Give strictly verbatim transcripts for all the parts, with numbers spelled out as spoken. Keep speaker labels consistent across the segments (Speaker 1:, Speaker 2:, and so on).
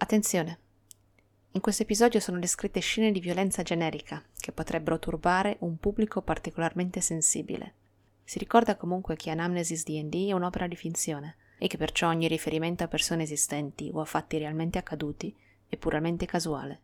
Speaker 1: Attenzione! In questo episodio sono descritte scene di violenza generica che potrebbero turbare un pubblico particolarmente sensibile. Si ricorda comunque che Anamnesis D and D è un'opera di finzione e che perciò ogni riferimento a persone esistenti o a fatti realmente accaduti è puramente casuale.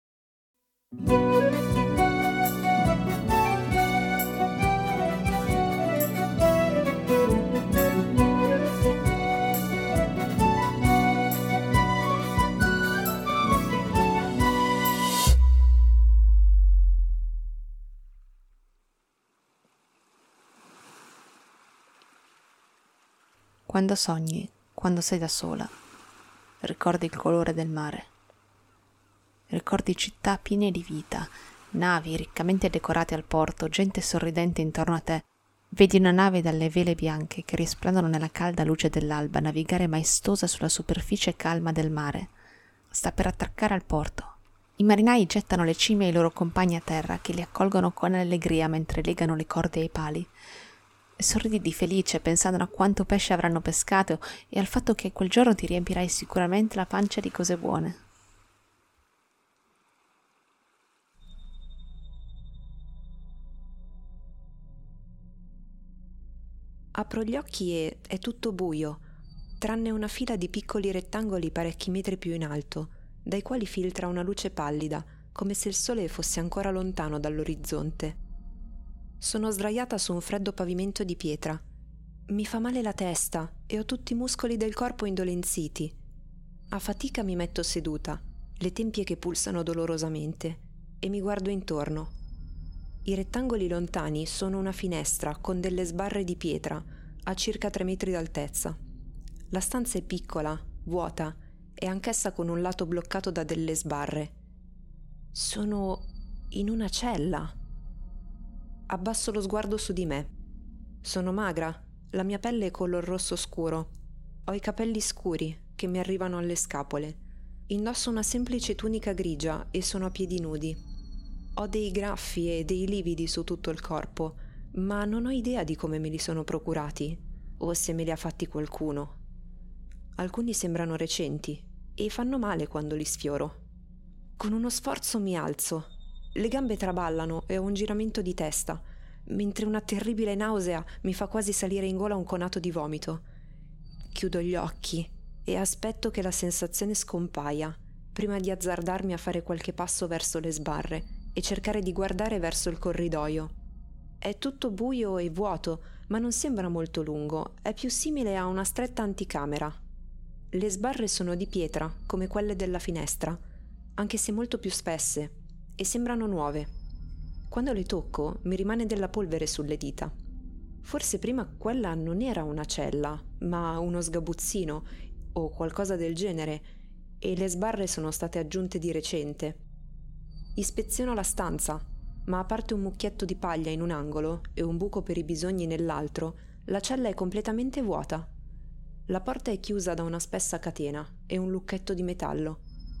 Speaker 1: Quando sogni, quando sei da sola, ricordi il colore del mare. Ricordi città piene di vita, navi riccamente decorate al porto, gente sorridente intorno a te. Vedi una nave dalle vele bianche che risplendono nella calda luce dell'alba navigare maestosa sulla superficie calma del mare. Sta per attraccare al porto. I marinai gettano le cime ai loro compagni a terra che li accolgono con allegria mentre legano le corde ai pali. E sorridi di felice pensando a quanto pesce avranno pescato e al fatto che quel giorno ti riempirai sicuramente la pancia di cose buone.
Speaker 2: Apro gli occhi e è tutto buio, tranne una fila di piccoli rettangoli parecchi metri più in alto, dai quali filtra una luce pallida, come se il sole fosse ancora lontano dall'orizzonte. Sono sdraiata su un freddo pavimento di pietra. Mi fa male la testa e ho tutti i muscoli del corpo indolenziti. A fatica mi metto seduta, le tempie che pulsano dolorosamente, e mi guardo intorno. I rettangoli lontani sono una finestra con delle sbarre di pietra a circa tre metri d'altezza. La stanza è piccola, vuota e anch'essa con un lato bloccato da delle sbarre. Sono in una cella. Abbasso lo sguardo su di me. Sono magra, la mia pelle è color rosso scuro. Ho i capelli scuri che mi arrivano alle scapole. Indosso una semplice tunica grigia e sono a piedi nudi. Ho dei graffi e dei lividi su tutto il corpo, ma non ho idea di come me li sono procurati o se me li ha fatti qualcuno. Alcuni sembrano recenti e fanno male quando li sfioro. Con uno sforzo mi alzo. Le gambe traballano e ho un giramento di testa, mentre una terribile nausea mi fa quasi salire in gola un conato di vomito. Chiudo gli occhi e aspetto che la sensazione scompaia, prima di azzardarmi a fare qualche passo verso le sbarre e cercare di guardare verso il corridoio. È tutto buio e vuoto, ma non sembra molto lungo, è più simile a una stretta anticamera. Le sbarre sono di pietra, come quelle della finestra, anche se molto più spesse, e sembrano nuove. Quando le tocco mi rimane della polvere sulle dita. Forse prima quella non era una cella, ma uno sgabuzzino o qualcosa del genere, e le sbarre sono state aggiunte di recente. Ispeziono la stanza, ma a parte un mucchietto di paglia in un angolo e un buco per i bisogni nell'altro, la cella è completamente vuota. La porta è chiusa da una spessa catena e un lucchetto di metallo.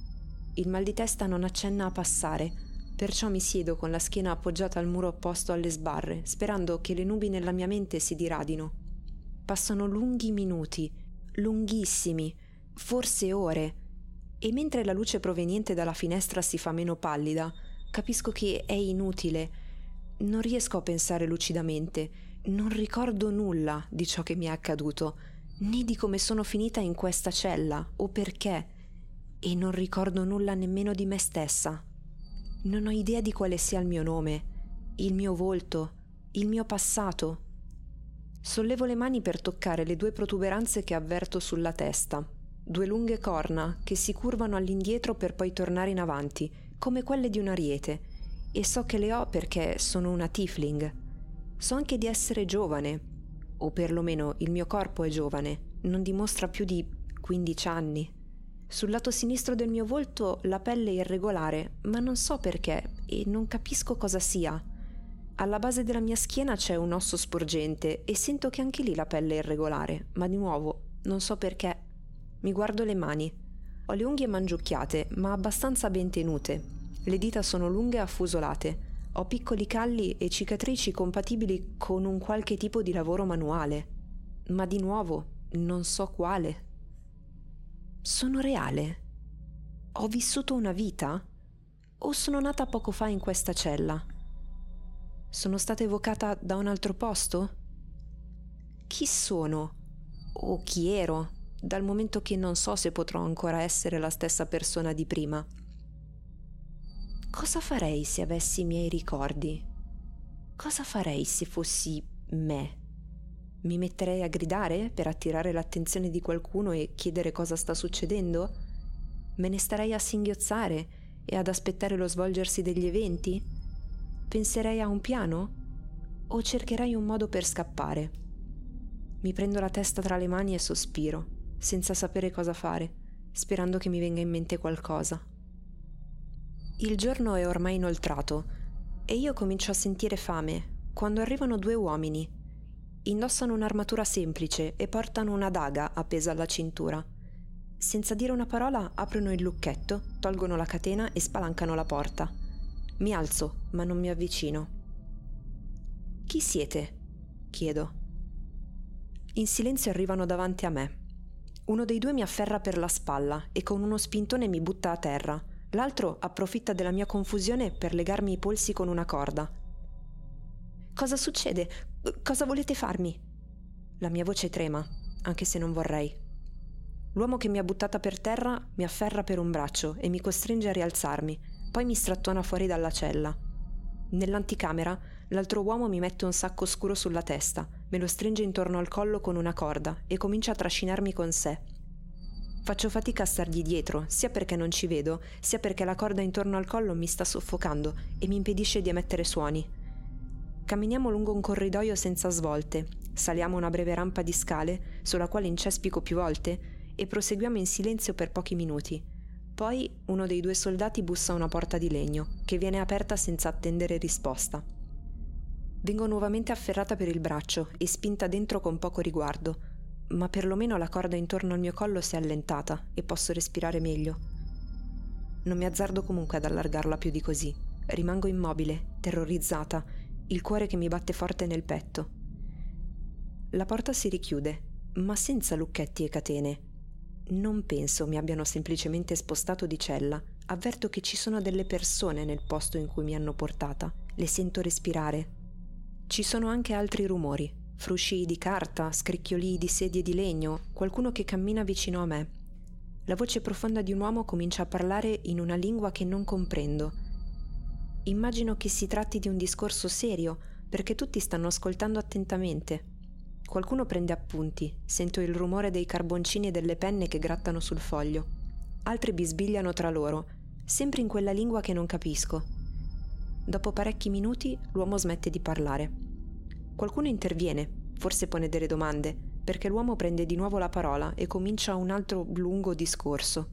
Speaker 2: Il mal di testa non accenna a passare, perciò mi siedo con la schiena appoggiata al muro opposto alle sbarre, sperando che le nubi nella mia mente si diradino. Passano lunghi minuti, lunghissimi, forse ore, e mentre la luce proveniente dalla finestra si fa meno pallida, capisco che è inutile. Non riesco a pensare lucidamente, non ricordo nulla di ciò che mi è accaduto, né di come sono finita in questa cella o perché. E non ricordo nulla nemmeno di me stessa. Non ho idea di quale sia il mio nome, il mio volto, il mio passato. Sollevo le mani per toccare le due protuberanze che avverto sulla testa, due lunghe corna che si curvano all'indietro per poi tornare in avanti, come quelle di un ariete, e so che le ho perché sono una tiefling. So anche di essere giovane, o perlomeno il mio corpo è giovane, non dimostra più di quindici anni. Sul lato sinistro del mio volto la pelle è irregolare, ma non so perché e non capisco cosa sia. Alla base della mia schiena c'è un osso sporgente e sento che anche lì la pelle è irregolare, ma di nuovo non so perché. Mi guardo le mani. Ho le unghie mangiucchiate, ma abbastanza ben tenute. Le dita sono lunghe e affusolate. Ho piccoli calli e cicatrici compatibili con un qualche tipo di lavoro manuale. Ma di nuovo non so quale. Sono reale? Ho vissuto una vita? O sono nata poco fa in questa cella? Sono stata evocata da un altro posto? Chi sono? O chi ero? Dal momento che non so se potrò ancora essere la stessa persona di prima. Cosa farei se avessi i miei ricordi? Cosa farei se fossi me? Mi metterei a gridare per attirare l'attenzione di qualcuno e chiedere cosa sta succedendo? Me ne starei a singhiozzare e ad aspettare lo svolgersi degli eventi? Penserei a un piano? O cercherei un modo per scappare? Mi prendo la testa tra le mani e sospiro, senza sapere cosa fare, sperando che mi venga in mente qualcosa. Il giorno è ormai inoltrato e io comincio a sentire fame quando arrivano due uomini. Indossano un'armatura semplice e portano una daga appesa alla cintura. Senza dire una parola aprono il lucchetto, tolgono la catena e spalancano la porta. Mi alzo, ma non mi avvicino. Chi siete? Chiedo. In silenzio arrivano davanti a me. Uno dei due mi afferra per la spalla e con uno spintone mi butta a terra. L'altro approfitta della mia confusione per legarmi i polsi con una corda. Cosa succede? Cosa volete farmi? La mia voce trema, anche se non vorrei. L'uomo che mi ha buttata per terra mi afferra per un braccio e mi costringe a rialzarmi, poi mi strattona fuori dalla cella. Nell'anticamera, l'altro uomo mi mette un sacco scuro sulla testa, me lo stringe intorno al collo con una corda e comincia a trascinarmi con sé. Faccio fatica a stargli dietro, sia perché non ci vedo, sia perché la corda intorno al collo mi sta soffocando e mi impedisce di emettere suoni. Camminiamo lungo un corridoio senza svolte, saliamo una breve rampa di scale, sulla quale incespico più volte, e proseguiamo in silenzio per pochi minuti. Poi uno dei due soldati bussa a una porta di legno, che viene aperta senza attendere risposta. Vengo nuovamente afferrata per il braccio e spinta dentro con poco riguardo, ma perlomeno la corda intorno al mio collo si è allentata e posso respirare meglio. Non mi azzardo comunque ad allargarla più di così. Rimango immobile, terrorizzata, il cuore che mi batte forte nel petto. La porta si richiude, ma senza lucchetti e catene. Non penso mi abbiano semplicemente spostato di cella. Avverto che ci sono delle persone nel posto in cui mi hanno portata. Le sento respirare. Ci sono anche altri rumori, frusci di carta, scricchiolii di sedie di legno, qualcuno che cammina vicino a me. La voce profonda di un uomo comincia a parlare in una lingua che non comprendo. Immagino che si tratti di un discorso serio, perché tutti stanno ascoltando attentamente. Qualcuno prende appunti, sento il rumore dei carboncini e delle penne che grattano sul foglio. Altri bisbigliano tra loro, sempre in quella lingua che non capisco. Dopo parecchi minuti l'uomo smette di parlare. Qualcuno interviene, forse pone delle domande, perché l'uomo prende di nuovo la parola e comincia un altro lungo discorso.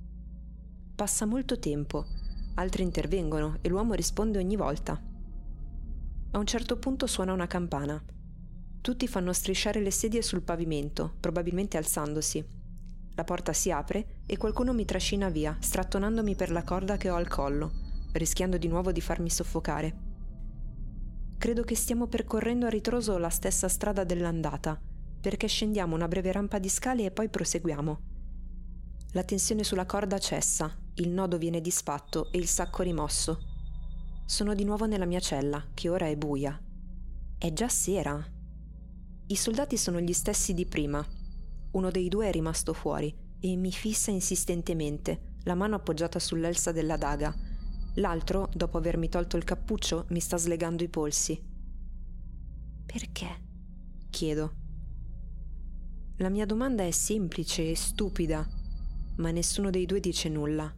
Speaker 2: Passa molto tempo. Altri intervengono e l'uomo risponde ogni volta. A un certo punto suona una campana. Tutti fanno strisciare le sedie sul pavimento, probabilmente alzandosi. La porta si apre e qualcuno mi trascina via, strattonandomi per la corda che ho al collo, rischiando di nuovo di farmi soffocare. Credo che stiamo percorrendo a ritroso la stessa strada dell'andata, perché scendiamo una breve rampa di scale e poi proseguiamo. La tensione sulla corda cessa, il nodo viene disfatto e il sacco rimosso. Sono di nuovo nella mia cella, che ora è buia. È già sera. I soldati sono gli stessi di prima. Uno dei due è rimasto fuori e mi fissa insistentemente, la mano appoggiata sull'elsa della daga. L'altro, dopo avermi tolto il cappuccio, mi sta slegando i polsi. Perché? Chiedo. La mia domanda è semplice e stupida, ma nessuno dei due dice nulla.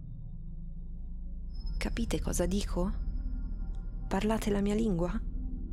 Speaker 2: Capite cosa dico? Parlate la mia lingua?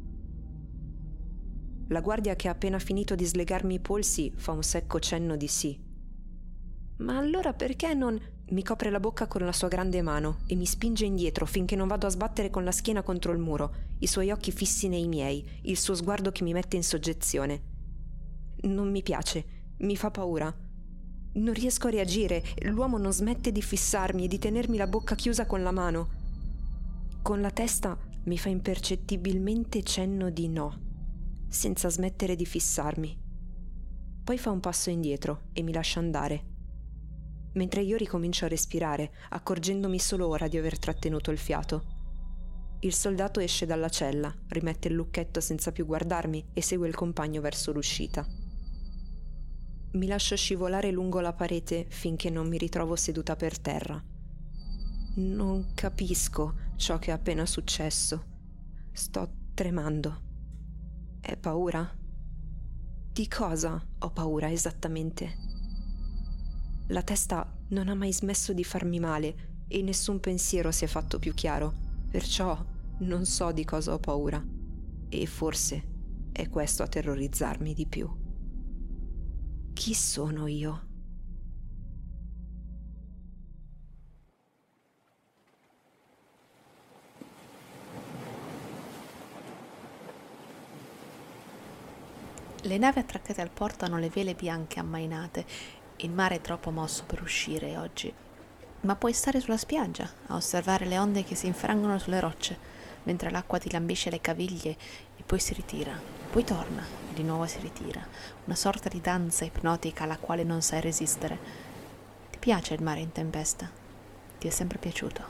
Speaker 2: La guardia che ha appena finito di slegarmi i polsi fa un secco cenno di sì. Ma allora perché non... Mi copre la bocca con la sua grande mano e mi spinge indietro finché non vado a sbattere con la schiena contro il muro, i suoi occhi fissi nei miei, il suo sguardo che mi mette in soggezione. Non mi piace, mi fa paura. Non riesco a reagire, l'uomo non smette di fissarmi e di tenermi la bocca chiusa con la mano. Con la testa mi fa impercettibilmente cenno di no, senza smettere di fissarmi. Poi fa un passo indietro e mi lascia andare. mentre io ricomincio a respirare, accorgendomi solo ora di aver trattenuto il fiato. Il soldato esce dalla cella, rimette il lucchetto senza più guardarmi e segue il compagno verso l'uscita. Mi lascio scivolare lungo la parete finché non mi ritrovo seduta per terra. Non capisco ciò che è appena successo. Sto tremando. È paura? Di cosa ho paura esattamente? La testa non ha mai smesso di farmi male e nessun pensiero si è fatto più chiaro. Perciò non so di cosa ho paura e forse è questo a terrorizzarmi di più. Chi sono io?
Speaker 1: Le navi attraccate al porto hanno le vele bianche ammainate. Il mare è troppo mosso per uscire oggi. Ma puoi stare sulla spiaggia a osservare le onde che si infrangono sulle rocce, mentre l'acqua ti lambisce le caviglie e poi si ritira, poi torna e di nuovo si ritira, una sorta di danza ipnotica alla quale non sai resistere. Ti piace il mare in tempesta? Ti è sempre piaciuto?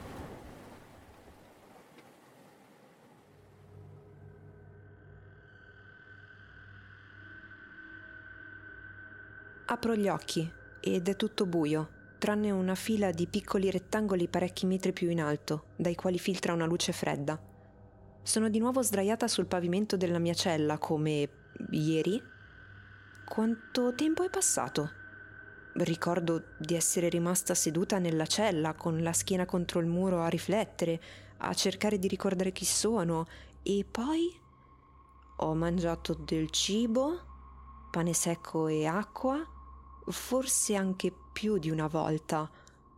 Speaker 2: Apro gli occhi ed è tutto buio, tranne una fila di piccoli rettangoli parecchi metri più in alto, dai quali filtra una luce fredda. Sono di nuovo sdraiata sul pavimento della mia cella, come ieri. Quanto tempo è passato? Ricordo di essere rimasta seduta nella cella, con la schiena contro il muro a riflettere, a cercare di ricordare chi sono, e poi ho mangiato del cibo, pane secco e acqua, forse anche più di una volta.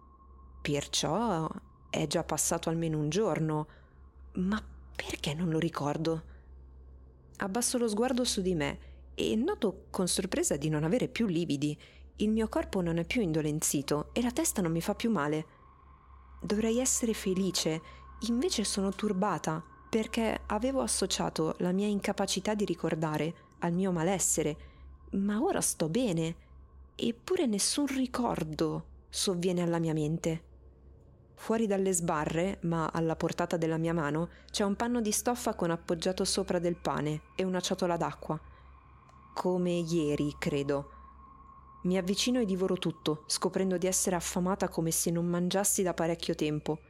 Speaker 2: Perciò è già passato almeno un giorno. Ma perché non lo ricordo? Abbasso lo sguardo su di me e noto con sorpresa di non avere più lividi. Il mio corpo non è più indolenzito e la testa non mi fa più male. Dovrei essere felice, invece sono turbata perché avevo associato la mia incapacità di ricordare al mio malessere, ma ora sto bene. Eppure nessun ricordo sovviene alla mia mente. Fuori dalle sbarre, ma alla portata della mia mano, c'è un panno di stoffa con appoggiato sopra del pane e una ciotola d'acqua. Come ieri, credo. Mi avvicino e divoro tutto, scoprendo di essere affamata come se non mangiassi da parecchio tempo.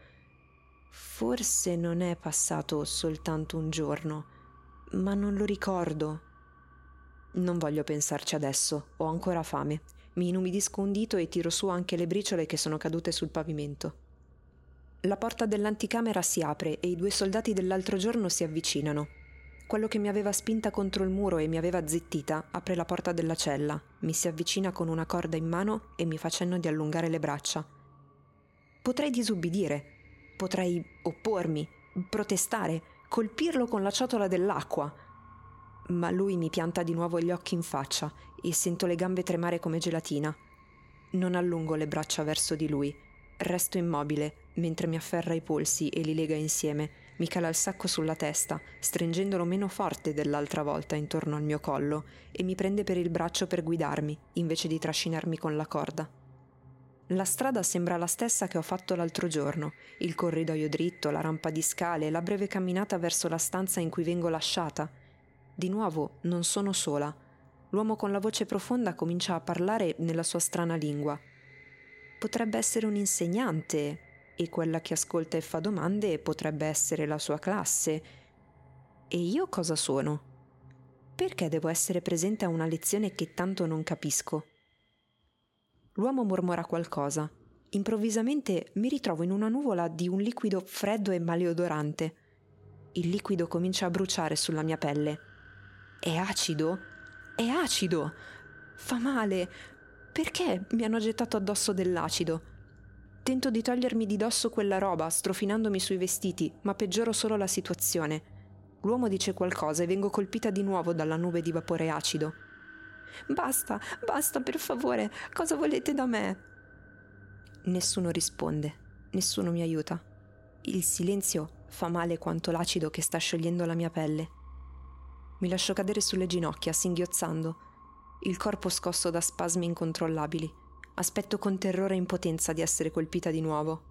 Speaker 2: Forse non è passato soltanto un giorno, ma non lo ricordo. Non voglio pensarci adesso, ho ancora fame. Mi inumidisco un dito e tiro su anche le briciole che sono cadute sul pavimento. La porta dell'anticamera si apre e i due soldati dell'altro giorno si avvicinano. Quello che mi aveva spinta contro il muro e mi aveva zittita apre la porta della cella, mi si avvicina con una corda in mano e mi fa cenno di allungare le braccia. Potrei disubbidire, potrei oppormi, protestare, colpirlo con la ciotola dell'acqua. Ma lui mi pianta di nuovo gli occhi in faccia e sento le gambe tremare come gelatina. Non allungo le braccia verso di lui. Resto immobile mentre mi afferra i polsi e li lega insieme. Mi cala il sacco sulla testa, stringendolo meno forte dell'altra volta intorno al mio collo, e mi prende per il braccio per guidarmi, invece di trascinarmi con la corda. La strada sembra la stessa che ho fatto l'altro giorno, il corridoio dritto, la rampa di scale, la breve camminata verso la stanza in cui vengo lasciata. Di nuovo non sono sola. L'uomo con la voce profonda comincia a parlare nella sua strana lingua. Potrebbe essere un insegnante, e quella che ascolta e fa domande potrebbe essere la sua classe. E io cosa sono? Perché devo essere presente a una lezione che tanto non capisco? L'uomo mormora qualcosa. Improvvisamente mi ritrovo in una nuvola di un liquido freddo e maleodorante. Il liquido comincia a bruciare sulla mia pelle. È acido? È acido! Fa male! Perché mi hanno gettato addosso dell'acido? Tento di togliermi di dosso quella roba, strofinandomi sui vestiti, ma peggioro solo la situazione. L'uomo dice qualcosa e vengo colpita di nuovo dalla nube di vapore acido. Basta, basta, per favore, cosa volete da me? Nessuno risponde, nessuno mi aiuta. Il silenzio fa male quanto l'acido che sta sciogliendo la mia pelle. Mi lascio cadere sulle ginocchia, singhiozzando, il corpo scosso da spasmi incontrollabili. Aspetto con terrore e impotenza di essere colpita di nuovo.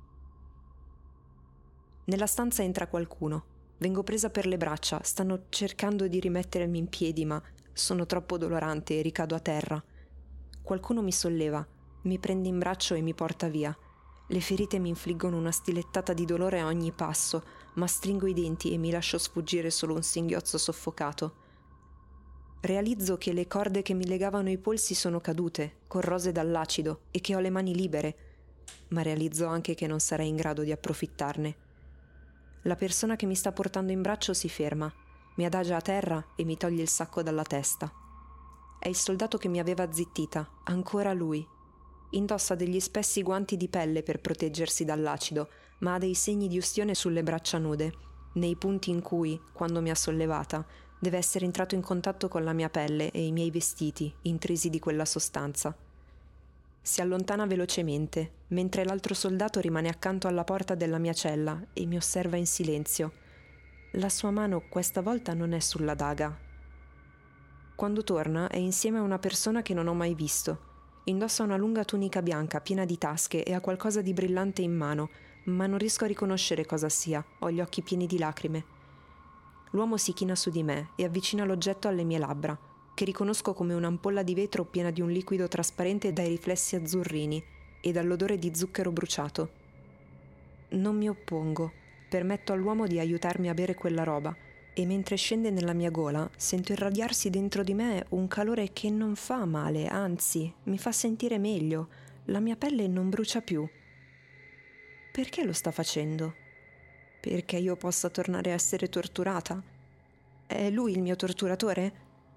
Speaker 2: Nella stanza entra qualcuno. Vengo presa per le braccia, stanno cercando di rimettermi in piedi, ma sono troppo dolorante e ricado a terra. Qualcuno mi solleva, mi prende in braccio e mi porta via. Le ferite mi infliggono una stilettata di dolore a ogni passo, ma stringo i denti e mi lascio sfuggire solo un singhiozzo soffocato. Realizzo che le corde che mi legavano i polsi sono cadute, corrose dall'acido, e che ho le mani libere, ma realizzo anche che non sarei in grado di approfittarne. La persona che mi sta portando in braccio si ferma, mi adagia a terra e mi toglie il sacco dalla testa. È il soldato che mi aveva zittita, ancora lui. Indossa degli spessi guanti di pelle per proteggersi dall'acido, ma ha dei segni di ustione sulle braccia nude, nei punti in cui, quando mi ha sollevata, deve essere entrato in contatto con la mia pelle e i miei vestiti, intrisi di quella sostanza. Si allontana velocemente, mentre l'altro soldato rimane accanto alla porta della mia cella e mi osserva in silenzio. La sua mano questa volta non è sulla daga. Quando torna è insieme a una persona che non ho mai visto. Indossa una lunga tunica bianca piena di tasche e ha qualcosa di brillante in mano, ma non riesco a riconoscere cosa sia, ho gli occhi pieni di lacrime. L'uomo si china su di me e avvicina l'oggetto alle mie labbra, che riconosco come un'ampolla di vetro piena di un liquido trasparente dai riflessi azzurrini e dall'odore di zucchero bruciato. Non mi oppongo, permetto all'uomo di aiutarmi a bere quella roba e mentre scende nella mia gola sento irradiarsi dentro di me un calore che non fa male, anzi, mi fa sentire meglio. La mia pelle non brucia più. Perché lo sta facendo? Perché io possa tornare a essere torturata? È lui il mio torturatore?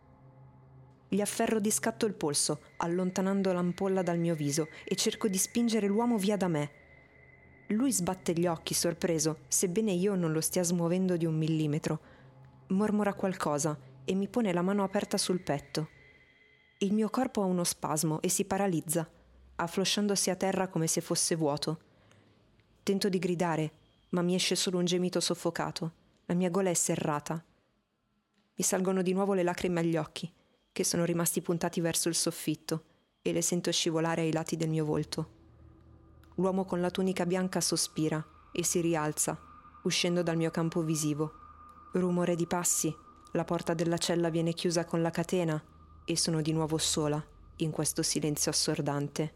Speaker 2: Gli afferro di scatto il polso, allontanando l'ampolla dal mio viso, e cerco di spingere l'uomo via da me. Lui sbatte gli occhi, sorpreso, sebbene io non lo stia smuovendo di un millimetro. Mormora qualcosa e mi pone la mano aperta sul petto. Il mio corpo ha uno spasmo e si paralizza, afflosciandosi a terra come se fosse vuoto. Tento di gridare, ma mi esce solo un gemito soffocato. La mia gola è serrata. Mi salgono di nuovo le lacrime agli occhi, che sono rimasti puntati verso il soffitto, e le sento scivolare ai lati del mio volto. L'uomo con la tunica bianca sospira e si rialza, uscendo dal mio campo visivo. Rumore di passi, la porta della cella viene chiusa con la catena e sono di nuovo sola in questo silenzio assordante.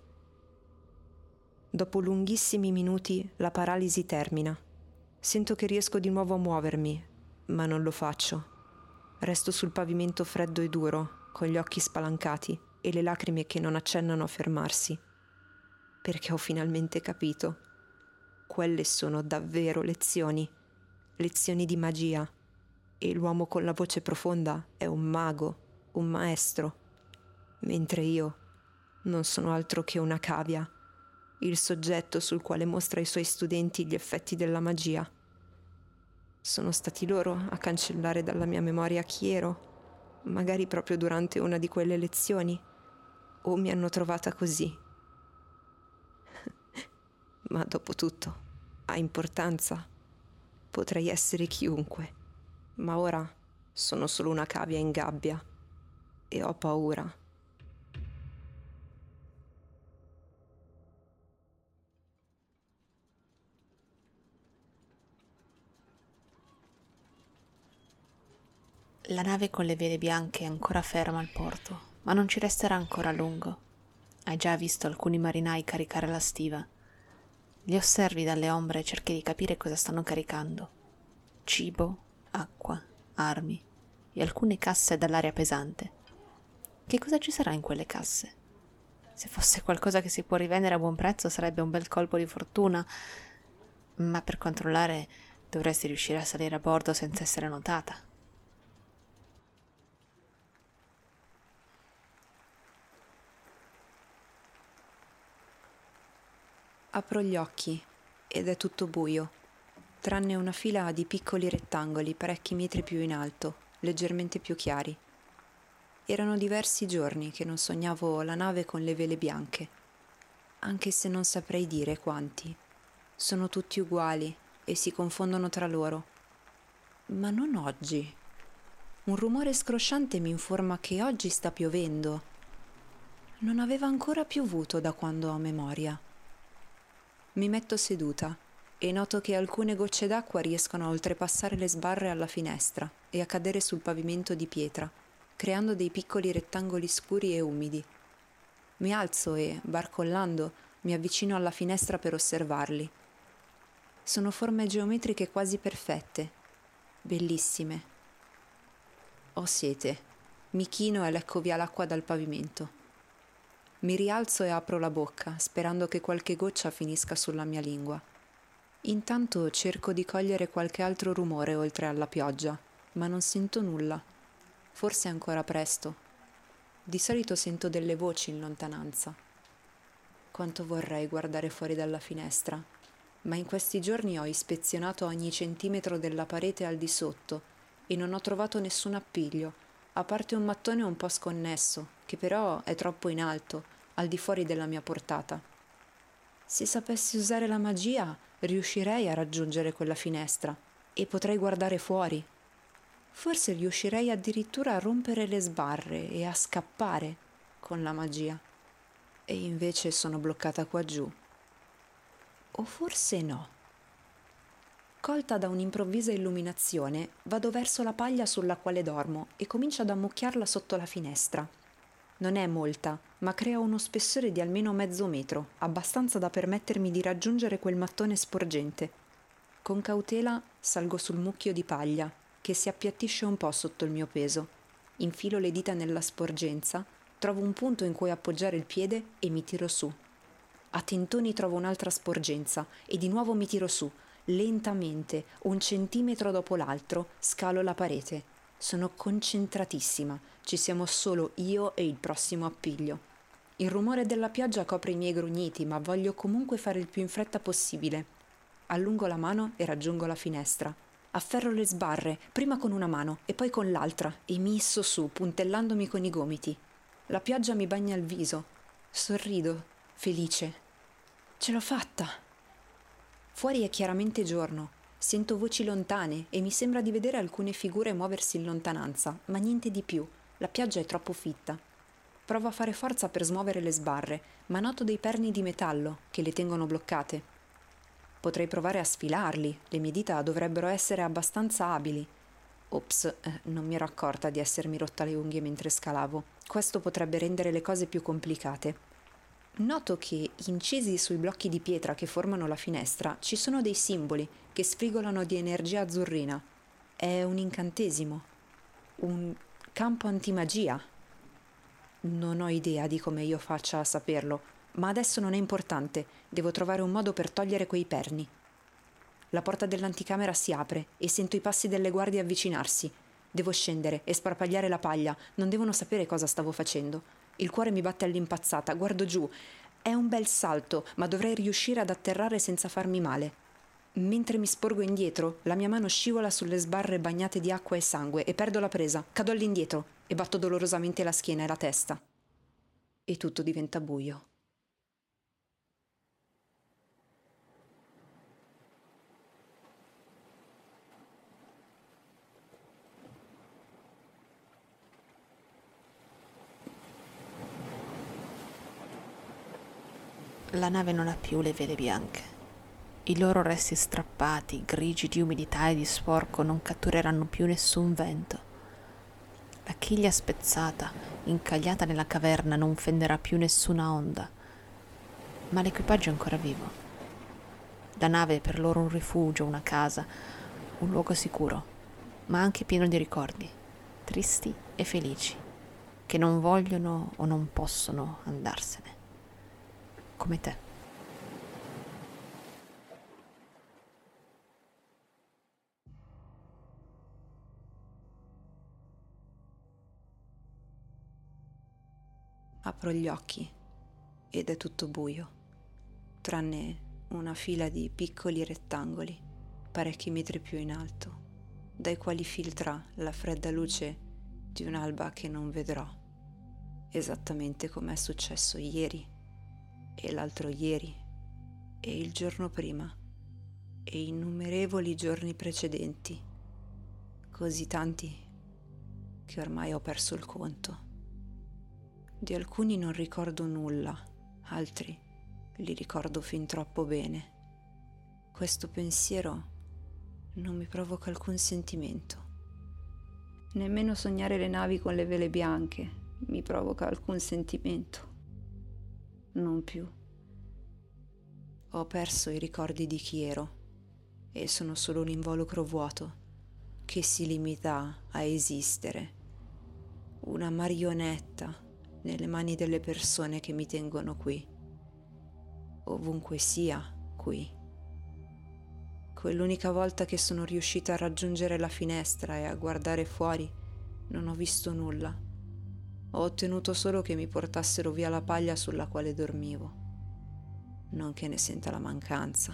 Speaker 2: Dopo lunghissimi minuti la paralisi termina. Sento che riesco di nuovo a muovermi, ma non lo faccio. Resto sul pavimento freddo e duro, con gli occhi spalancati e le lacrime che non accennano a fermarsi. Perché ho finalmente capito. Quelle sono davvero lezioni. Lezioni di magia. E l'uomo con la voce profonda è un mago, un maestro. Mentre io non sono altro che una cavia, il soggetto sul quale mostra ai suoi studenti gli effetti della magia. Sono stati loro a cancellare dalla mia memoria chi ero, magari proprio durante una di quelle lezioni, o mi hanno trovata così. Ma dopo tutto, ha importanza. Potrei essere chiunque, ma ora sono solo una cavia in gabbia e ho paura.
Speaker 1: La nave con le vele bianche è ancora ferma al porto, ma non ci resterà ancora a lungo. Hai già visto alcuni marinai caricare la stiva. Li osservi dalle ombre e cerchi di capire cosa stanno caricando. Cibo, acqua, armi e alcune casse dall'aria pesante. Che cosa ci sarà in quelle casse? Se fosse qualcosa che si può rivendere a buon prezzo sarebbe un bel colpo di fortuna, ma per controllare dovresti riuscire a salire a bordo senza essere notata.
Speaker 2: Apro gli occhi ed è tutto buio, tranne una fila di piccoli rettangoli parecchi metri più in alto, leggermente più chiari. Erano diversi giorni che non sognavo la nave con le vele bianche, anche se non saprei dire quanti. Sono tutti uguali e si confondono tra loro. Ma non oggi. Un rumore scrosciante mi informa che oggi sta piovendo. Non aveva ancora piovuto da quando ho memoria. Mi metto seduta e noto che alcune gocce d'acqua riescono a oltrepassare le sbarre alla finestra e a cadere sul pavimento di pietra, creando dei piccoli rettangoli scuri e umidi. Mi alzo e, barcollando, mi avvicino alla finestra per osservarli. Sono forme geometriche quasi perfette, bellissime. Ho sete, mi chino e lecco via l'acqua dal pavimento. Mi rialzo e apro la bocca, sperando che qualche goccia finisca sulla mia lingua. Intanto cerco di cogliere qualche altro rumore oltre alla pioggia, ma non sento nulla. Forse è ancora presto. Di solito sento delle voci in lontananza. Quanto vorrei guardare fuori dalla finestra, ma in questi giorni ho ispezionato ogni centimetro della parete al di sotto e non ho trovato nessun appiglio, a parte un mattone un po' sconnesso, che però è troppo in alto, al di fuori della mia portata. Se sapessi usare la magia, riuscirei a raggiungere quella finestra e potrei guardare fuori. Forse riuscirei addirittura a rompere le sbarre e a scappare con la magia. E invece sono bloccata qua giù. O forse no. Colta da un'improvvisa illuminazione, vado verso la paglia sulla quale dormo e comincio ad ammucchiarla sotto la finestra. Non è molta, ma crea uno spessore di almeno mezzo metro, abbastanza da permettermi di raggiungere quel mattone sporgente. Con cautela salgo sul mucchio di paglia, che si appiattisce un po' sotto il mio peso. Infilo le dita nella sporgenza, trovo un punto in cui appoggiare il piede e mi tiro su. A tentoni trovo un'altra sporgenza e di nuovo mi tiro su. Lentamente, un centimetro dopo l'altro, scalo la parete. Sono concentratissima, ci siamo solo io e il prossimo appiglio. Il rumore della pioggia copre i miei grugniti, ma voglio comunque fare il più in fretta possibile. Allungo la mano e raggiungo la finestra. Afferro le sbarre, prima con una mano e poi con l'altra, e mi isso su, puntellandomi con i gomiti. La pioggia mi bagna il viso. Sorrido, felice. Ce l'ho fatta! Fuori è chiaramente giorno. Sento voci lontane e mi sembra di vedere alcune figure muoversi in lontananza, ma niente di più. La pioggia è troppo fitta. Provo a fare forza per smuovere le sbarre, ma noto dei perni di metallo che le tengono bloccate. Potrei provare a sfilarli, le mie dita dovrebbero essere abbastanza abili. Ops, eh, non mi ero accorta di essermi rotta le unghie mentre scalavo. Questo potrebbe rendere le cose più complicate. Noto che, incisi sui blocchi di pietra che formano la finestra, ci sono dei simboli che sfrigolano di energia azzurrina. È un incantesimo. Un campo antimagia. Non ho idea di come io faccia a saperlo, ma adesso non è importante, devo trovare un modo per togliere quei perni. La porta dell'anticamera si apre e sento i passi delle guardie avvicinarsi. Devo scendere e sparpagliare la paglia, non devono sapere cosa stavo facendo. Il cuore mi batte all'impazzata, guardo giù. È un bel salto, ma dovrei riuscire ad atterrare senza farmi male. Mentre mi sporgo indietro, la mia mano scivola sulle sbarre bagnate di acqua e sangue e perdo la presa, cado all'indietro e batto dolorosamente la schiena e la testa. E tutto diventa buio.
Speaker 1: La nave non ha più le vele bianche. I loro resti strappati, grigi di umidità e di sporco, non cattureranno più nessun vento. La chiglia spezzata, incagliata nella caverna, non fenderà più nessuna onda. Ma l'equipaggio è ancora vivo. La nave è per loro un rifugio, una casa, un luogo sicuro, ma anche pieno di ricordi, tristi e felici, che non vogliono o non possono andarsene. Come te.
Speaker 2: Apro gli occhi ed è tutto buio, tranne una fila di piccoli rettangoli, parecchi metri più in alto, dai quali filtra la fredda luce di un'alba che non vedrò, esattamente come è successo ieri e l'altro ieri e il giorno prima e innumerevoli giorni precedenti, così tanti che ormai ho perso il conto. Di alcuni non ricordo nulla, altri li ricordo fin troppo bene. Questo pensiero non mi provoca alcun sentimento. Nemmeno sognare le navi con le vele bianche mi provoca alcun sentimento. Non più. Ho perso i ricordi di chi ero e sono solo un involucro vuoto che si limita a esistere, una marionetta nelle mani delle persone che mi tengono qui, ovunque sia qui. Quell'unica volta che sono riuscita a raggiungere la finestra e a guardare fuori, non ho visto nulla. Ho ottenuto solo che mi portassero via la paglia sulla quale dormivo. Non che ne senta la mancanza.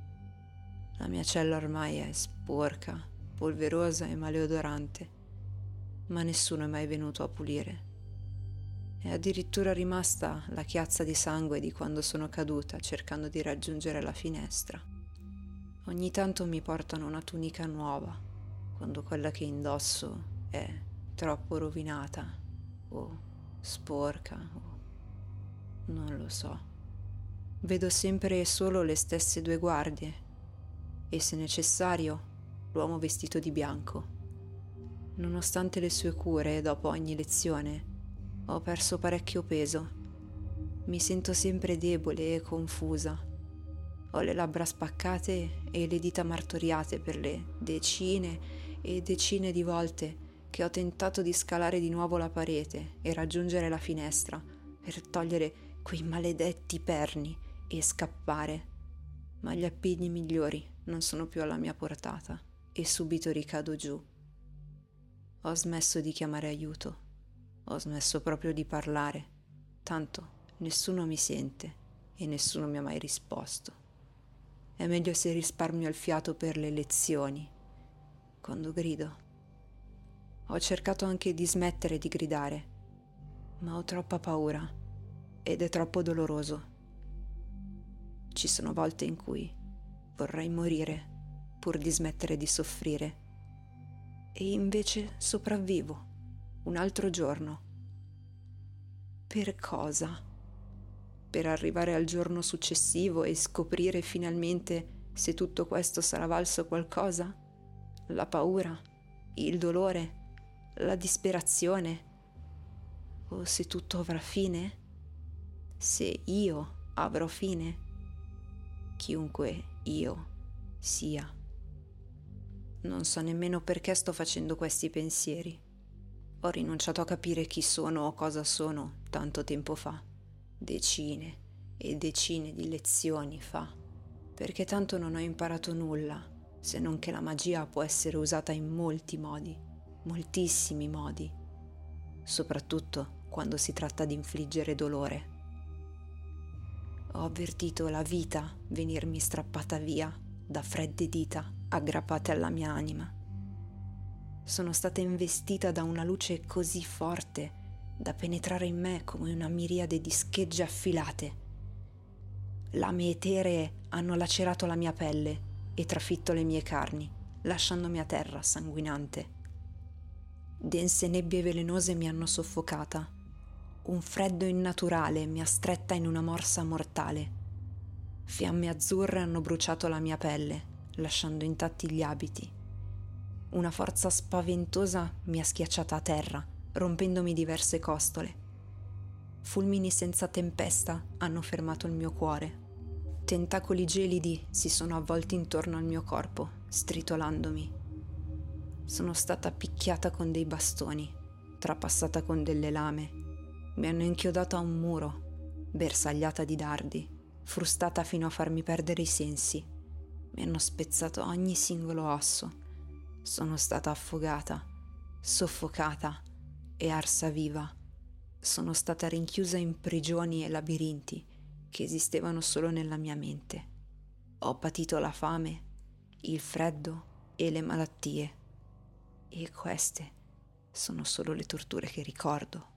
Speaker 2: La mia cella ormai è sporca, polverosa e maleodorante, ma nessuno è mai venuto a pulire. È addirittura rimasta la chiazza di sangue di quando sono caduta cercando di raggiungere la finestra. Ogni tanto mi portano una tunica nuova, quando quella che indosso è troppo rovinata o sporca o non lo so. Vedo sempre e solo le stesse due guardie e, se necessario, l'uomo vestito di bianco. Nonostante le sue cure, dopo ogni lezione, ho perso parecchio peso. Mi sento sempre debole e confusa. Ho le labbra spaccate e le dita martoriate per le decine e decine di volte che ho tentato di scalare di nuovo la parete e raggiungere la finestra per togliere quei maledetti perni e scappare. Ma gli appigli migliori non sono più alla mia portata e subito ricado giù. Ho smesso di chiamare aiuto. Ho smesso proprio di parlare, tanto nessuno mi sente e nessuno mi ha mai risposto. È meglio se risparmio il fiato per le lezioni, quando grido. Ho cercato anche di smettere di gridare, ma ho troppa paura ed è troppo doloroso. Ci sono volte in cui vorrei morire pur di smettere di soffrire, e invece sopravvivo. Un altro giorno. Per cosa? Per arrivare al giorno successivo e scoprire finalmente se tutto questo sarà valso qualcosa? La paura? Il dolore? La disperazione? O se tutto avrà fine? Se io avrò fine? Chiunque io sia. Non so nemmeno perché sto facendo questi pensieri. Ho rinunciato a capire chi sono o cosa sono tanto tempo fa, decine e decine di lezioni fa, perché tanto non ho imparato nulla, se non che la magia può essere usata in molti modi, moltissimi modi, soprattutto quando si tratta di infliggere dolore. Ho avvertito la vita venirmi strappata via da fredde dita aggrappate alla mia anima. Sono stata investita da una luce così forte da penetrare in me come una miriade di schegge affilate. Lame eteree hanno lacerato la mia pelle e trafitto le mie carni, lasciandomi a terra sanguinante. Dense nebbie velenose mi hanno soffocata. Un freddo innaturale mi ha stretta in una morsa mortale. Fiamme azzurre hanno bruciato la mia pelle, lasciando intatti gli abiti. Una forza spaventosa mi ha schiacciata a terra, rompendomi diverse costole. Fulmini senza tempesta hanno fermato il mio cuore. Tentacoli gelidi si sono avvolti intorno al mio corpo, stritolandomi. Sono stata picchiata con dei bastoni, trapassata con delle lame. Mi hanno inchiodato a un muro, bersagliata di dardi, frustata fino a farmi perdere i sensi. Mi hanno spezzato ogni singolo osso. Sono stata affogata, soffocata e arsa viva. Sono stata rinchiusa in prigioni e labirinti che esistevano solo nella mia mente. Ho patito la fame, il freddo e le malattie. E queste sono solo le torture che ricordo.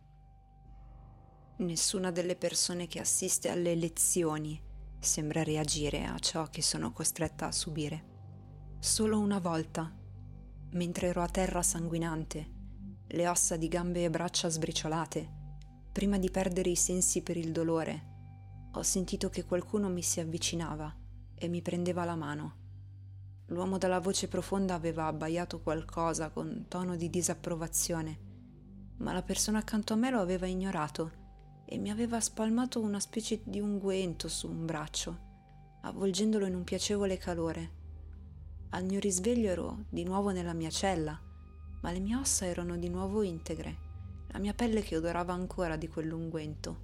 Speaker 2: Nessuna delle persone che assiste alle lezioni sembra reagire a ciò che sono costretta a subire. Solo una volta, mentre ero a terra sanguinante, le ossa di gambe e braccia sbriciolate, Prima di perdere i sensi per il dolore, ho sentito che qualcuno mi si avvicinava e mi prendeva la mano. L'uomo dalla voce profonda aveva abbaiato qualcosa con tono di disapprovazione, ma la persona accanto a me lo aveva ignorato e mi aveva spalmato una specie di unguento su un braccio, avvolgendolo in un piacevole calore. Al mio risveglio ero di nuovo nella mia cella, ma le mie ossa erano di nuovo integre, la mia pelle che odorava ancora di quell'unguento.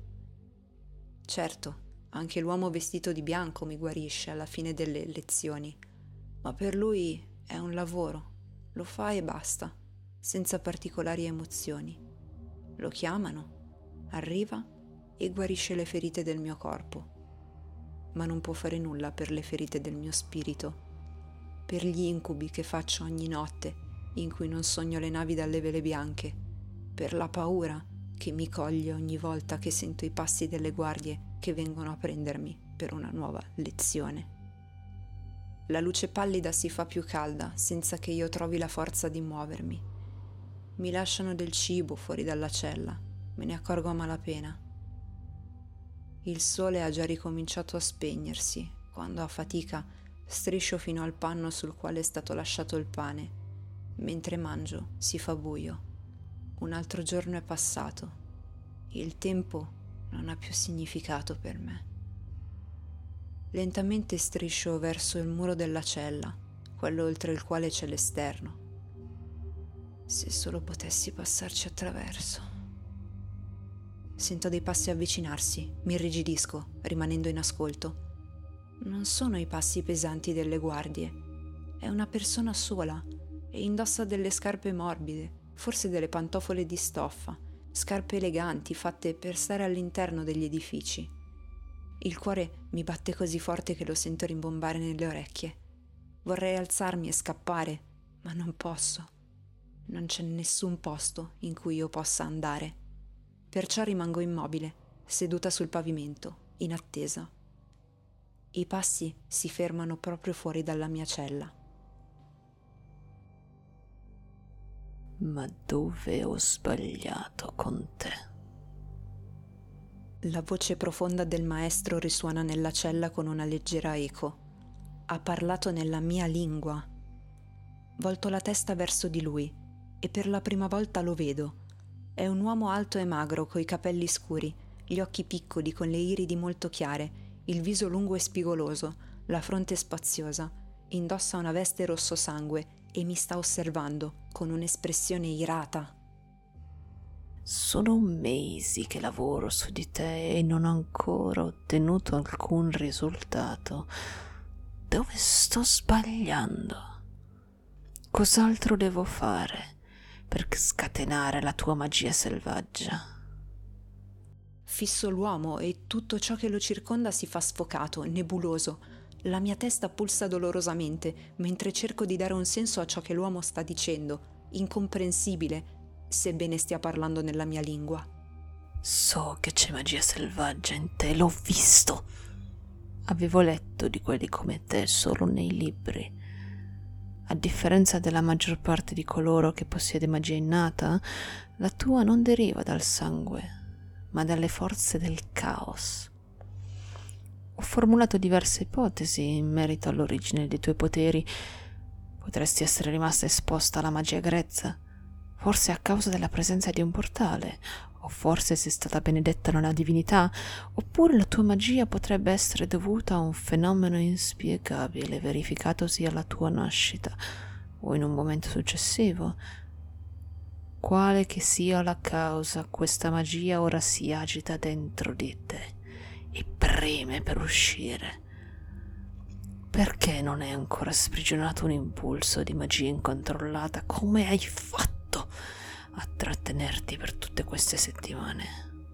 Speaker 2: Certo, anche l'uomo vestito di bianco mi guarisce alla fine delle lezioni, ma per lui è un lavoro, lo fa e basta, senza particolari emozioni. Lo chiamano, arriva e guarisce le ferite del mio corpo, ma non può fare nulla per le ferite del mio spirito, per gli incubi che faccio ogni notte in cui non sogno le navi dalle vele bianche, per la paura che mi coglie ogni volta che sento i passi delle guardie che vengono a prendermi per una nuova lezione. La luce pallida si fa più calda senza che io trovi la forza di muovermi. Mi lasciano del cibo fuori dalla cella, me ne accorgo a malapena. Il sole ha già ricominciato a spegnersi quando a fatica striscio fino al panno sul quale è stato lasciato il pane. Mentre mangio si fa buio. Un altro giorno è passato. Il tempo non ha più significato per me. Lentamente striscio verso il muro della cella, quello oltre il quale c'è l'esterno. Se solo potessi passarci attraverso. Sento dei passi avvicinarsi, mi irrigidisco, rimanendo in ascolto. Non sono i passi pesanti delle guardie, è una persona sola e indossa delle scarpe morbide, forse delle pantofole di stoffa, scarpe eleganti fatte per stare all'interno degli edifici. Il cuore mi batte così forte che lo sento rimbombare nelle orecchie. Vorrei alzarmi e scappare, ma non posso. Non c'è nessun posto in cui io possa andare. Perciò rimango immobile, seduta sul pavimento, in attesa. I passi si fermano proprio fuori dalla mia cella.
Speaker 1: Ma dove ho sbagliato con te?
Speaker 2: La voce profonda del maestro risuona nella cella con una leggera eco. Ha parlato nella mia lingua. Volto la testa verso di lui e per la prima volta lo vedo. È un uomo alto e magro, coi capelli scuri, gli occhi piccoli con le iridi molto chiare, il viso lungo e spigoloso, la fronte spaziosa. Indossa una veste rosso sangue e mi sta osservando con un'espressione irata.
Speaker 1: Sono mesi che lavoro su di te e non ho ancora ottenuto alcun risultato. Dove sto sbagliando? Cos'altro devo fare per scatenare la tua magia selvaggia?
Speaker 2: Fisso l'uomo e tutto ciò che lo circonda si fa sfocato, nebuloso. La mia testa pulsa dolorosamente mentre cerco di dare un senso a ciò che l'uomo sta dicendo, incomprensibile, sebbene stia parlando nella mia lingua.
Speaker 1: So che c'è magia selvaggia in te, l'ho visto. Avevo letto di quelli come te solo nei libri. A differenza della maggior parte di coloro che possiede magia innata, la tua non deriva dal sangue, ma dalle forze del caos. Ho formulato diverse ipotesi in merito all'origine dei tuoi poteri. Potresti essere rimasta esposta alla magia grezza, forse a causa della presenza di un portale, o forse sei stata benedetta da una divinità, oppure la tua magia potrebbe essere dovuta a un fenomeno inspiegabile verificatosi alla tua nascita o in un momento successivo. Quale che sia la causa, questa magia ora si agita dentro di te e preme per uscire. Perché non hai ancora sprigionato un impulso di magia incontrollata? Come hai fatto a trattenerti per tutte queste settimane?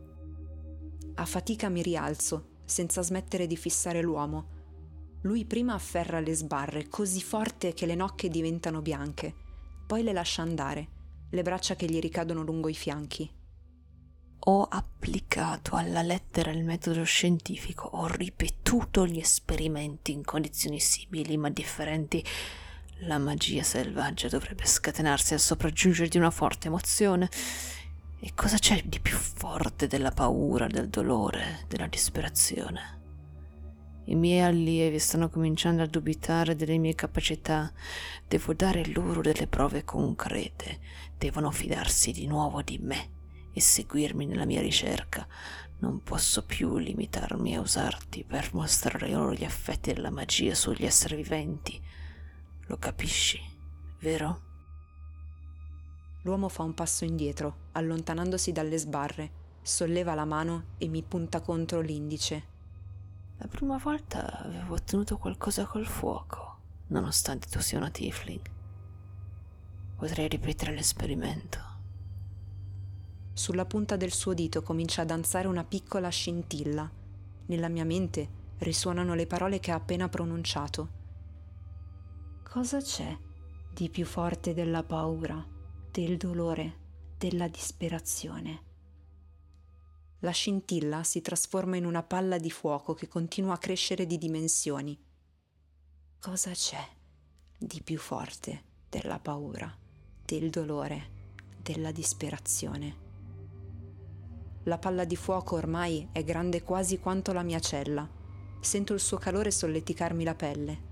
Speaker 2: A fatica mi rialzo, senza smettere di fissare l'uomo. Lui prima afferra le sbarre, così forte che le nocche diventano bianche, poi le lascia andare, le braccia che gli ricadono lungo i fianchi.
Speaker 1: Ho applicato alla lettera il metodo scientifico, ho ripetuto gli esperimenti in condizioni simili ma differenti. La magia selvaggia dovrebbe scatenarsi al sopraggiungere di una forte emozione E cosa c'è di più forte della paura, del dolore, della disperazione? I miei allievi stanno cominciando a dubitare delle mie capacità. Devo dare loro delle prove concrete. Devono fidarsi di nuovo di me e seguirmi nella mia ricerca. Non posso più limitarmi a usarti per mostrare loro gli effetti della magia sugli esseri viventi. Lo capisci, vero?
Speaker 2: L'uomo fa un passo indietro, allontanandosi dalle sbarre, solleva la mano e mi punta contro l'indice.
Speaker 1: La prima volta avevo ottenuto qualcosa col fuoco, nonostante tu sia una tiefling. Potrei ripetere l'esperimento.
Speaker 2: Sulla punta del suo dito comincia a danzare una piccola scintilla. Nella mia mente risuonano le parole che ha appena pronunciato. Cosa c'è di più forte della paura, del dolore, della disperazione? La scintilla si trasforma in una palla di fuoco che continua a crescere di dimensioni. Cosa c'è di più forte della paura, del dolore, della disperazione? La palla di fuoco ormai è grande quasi quanto la mia cella. Sento il suo calore solleticarmi la pelle.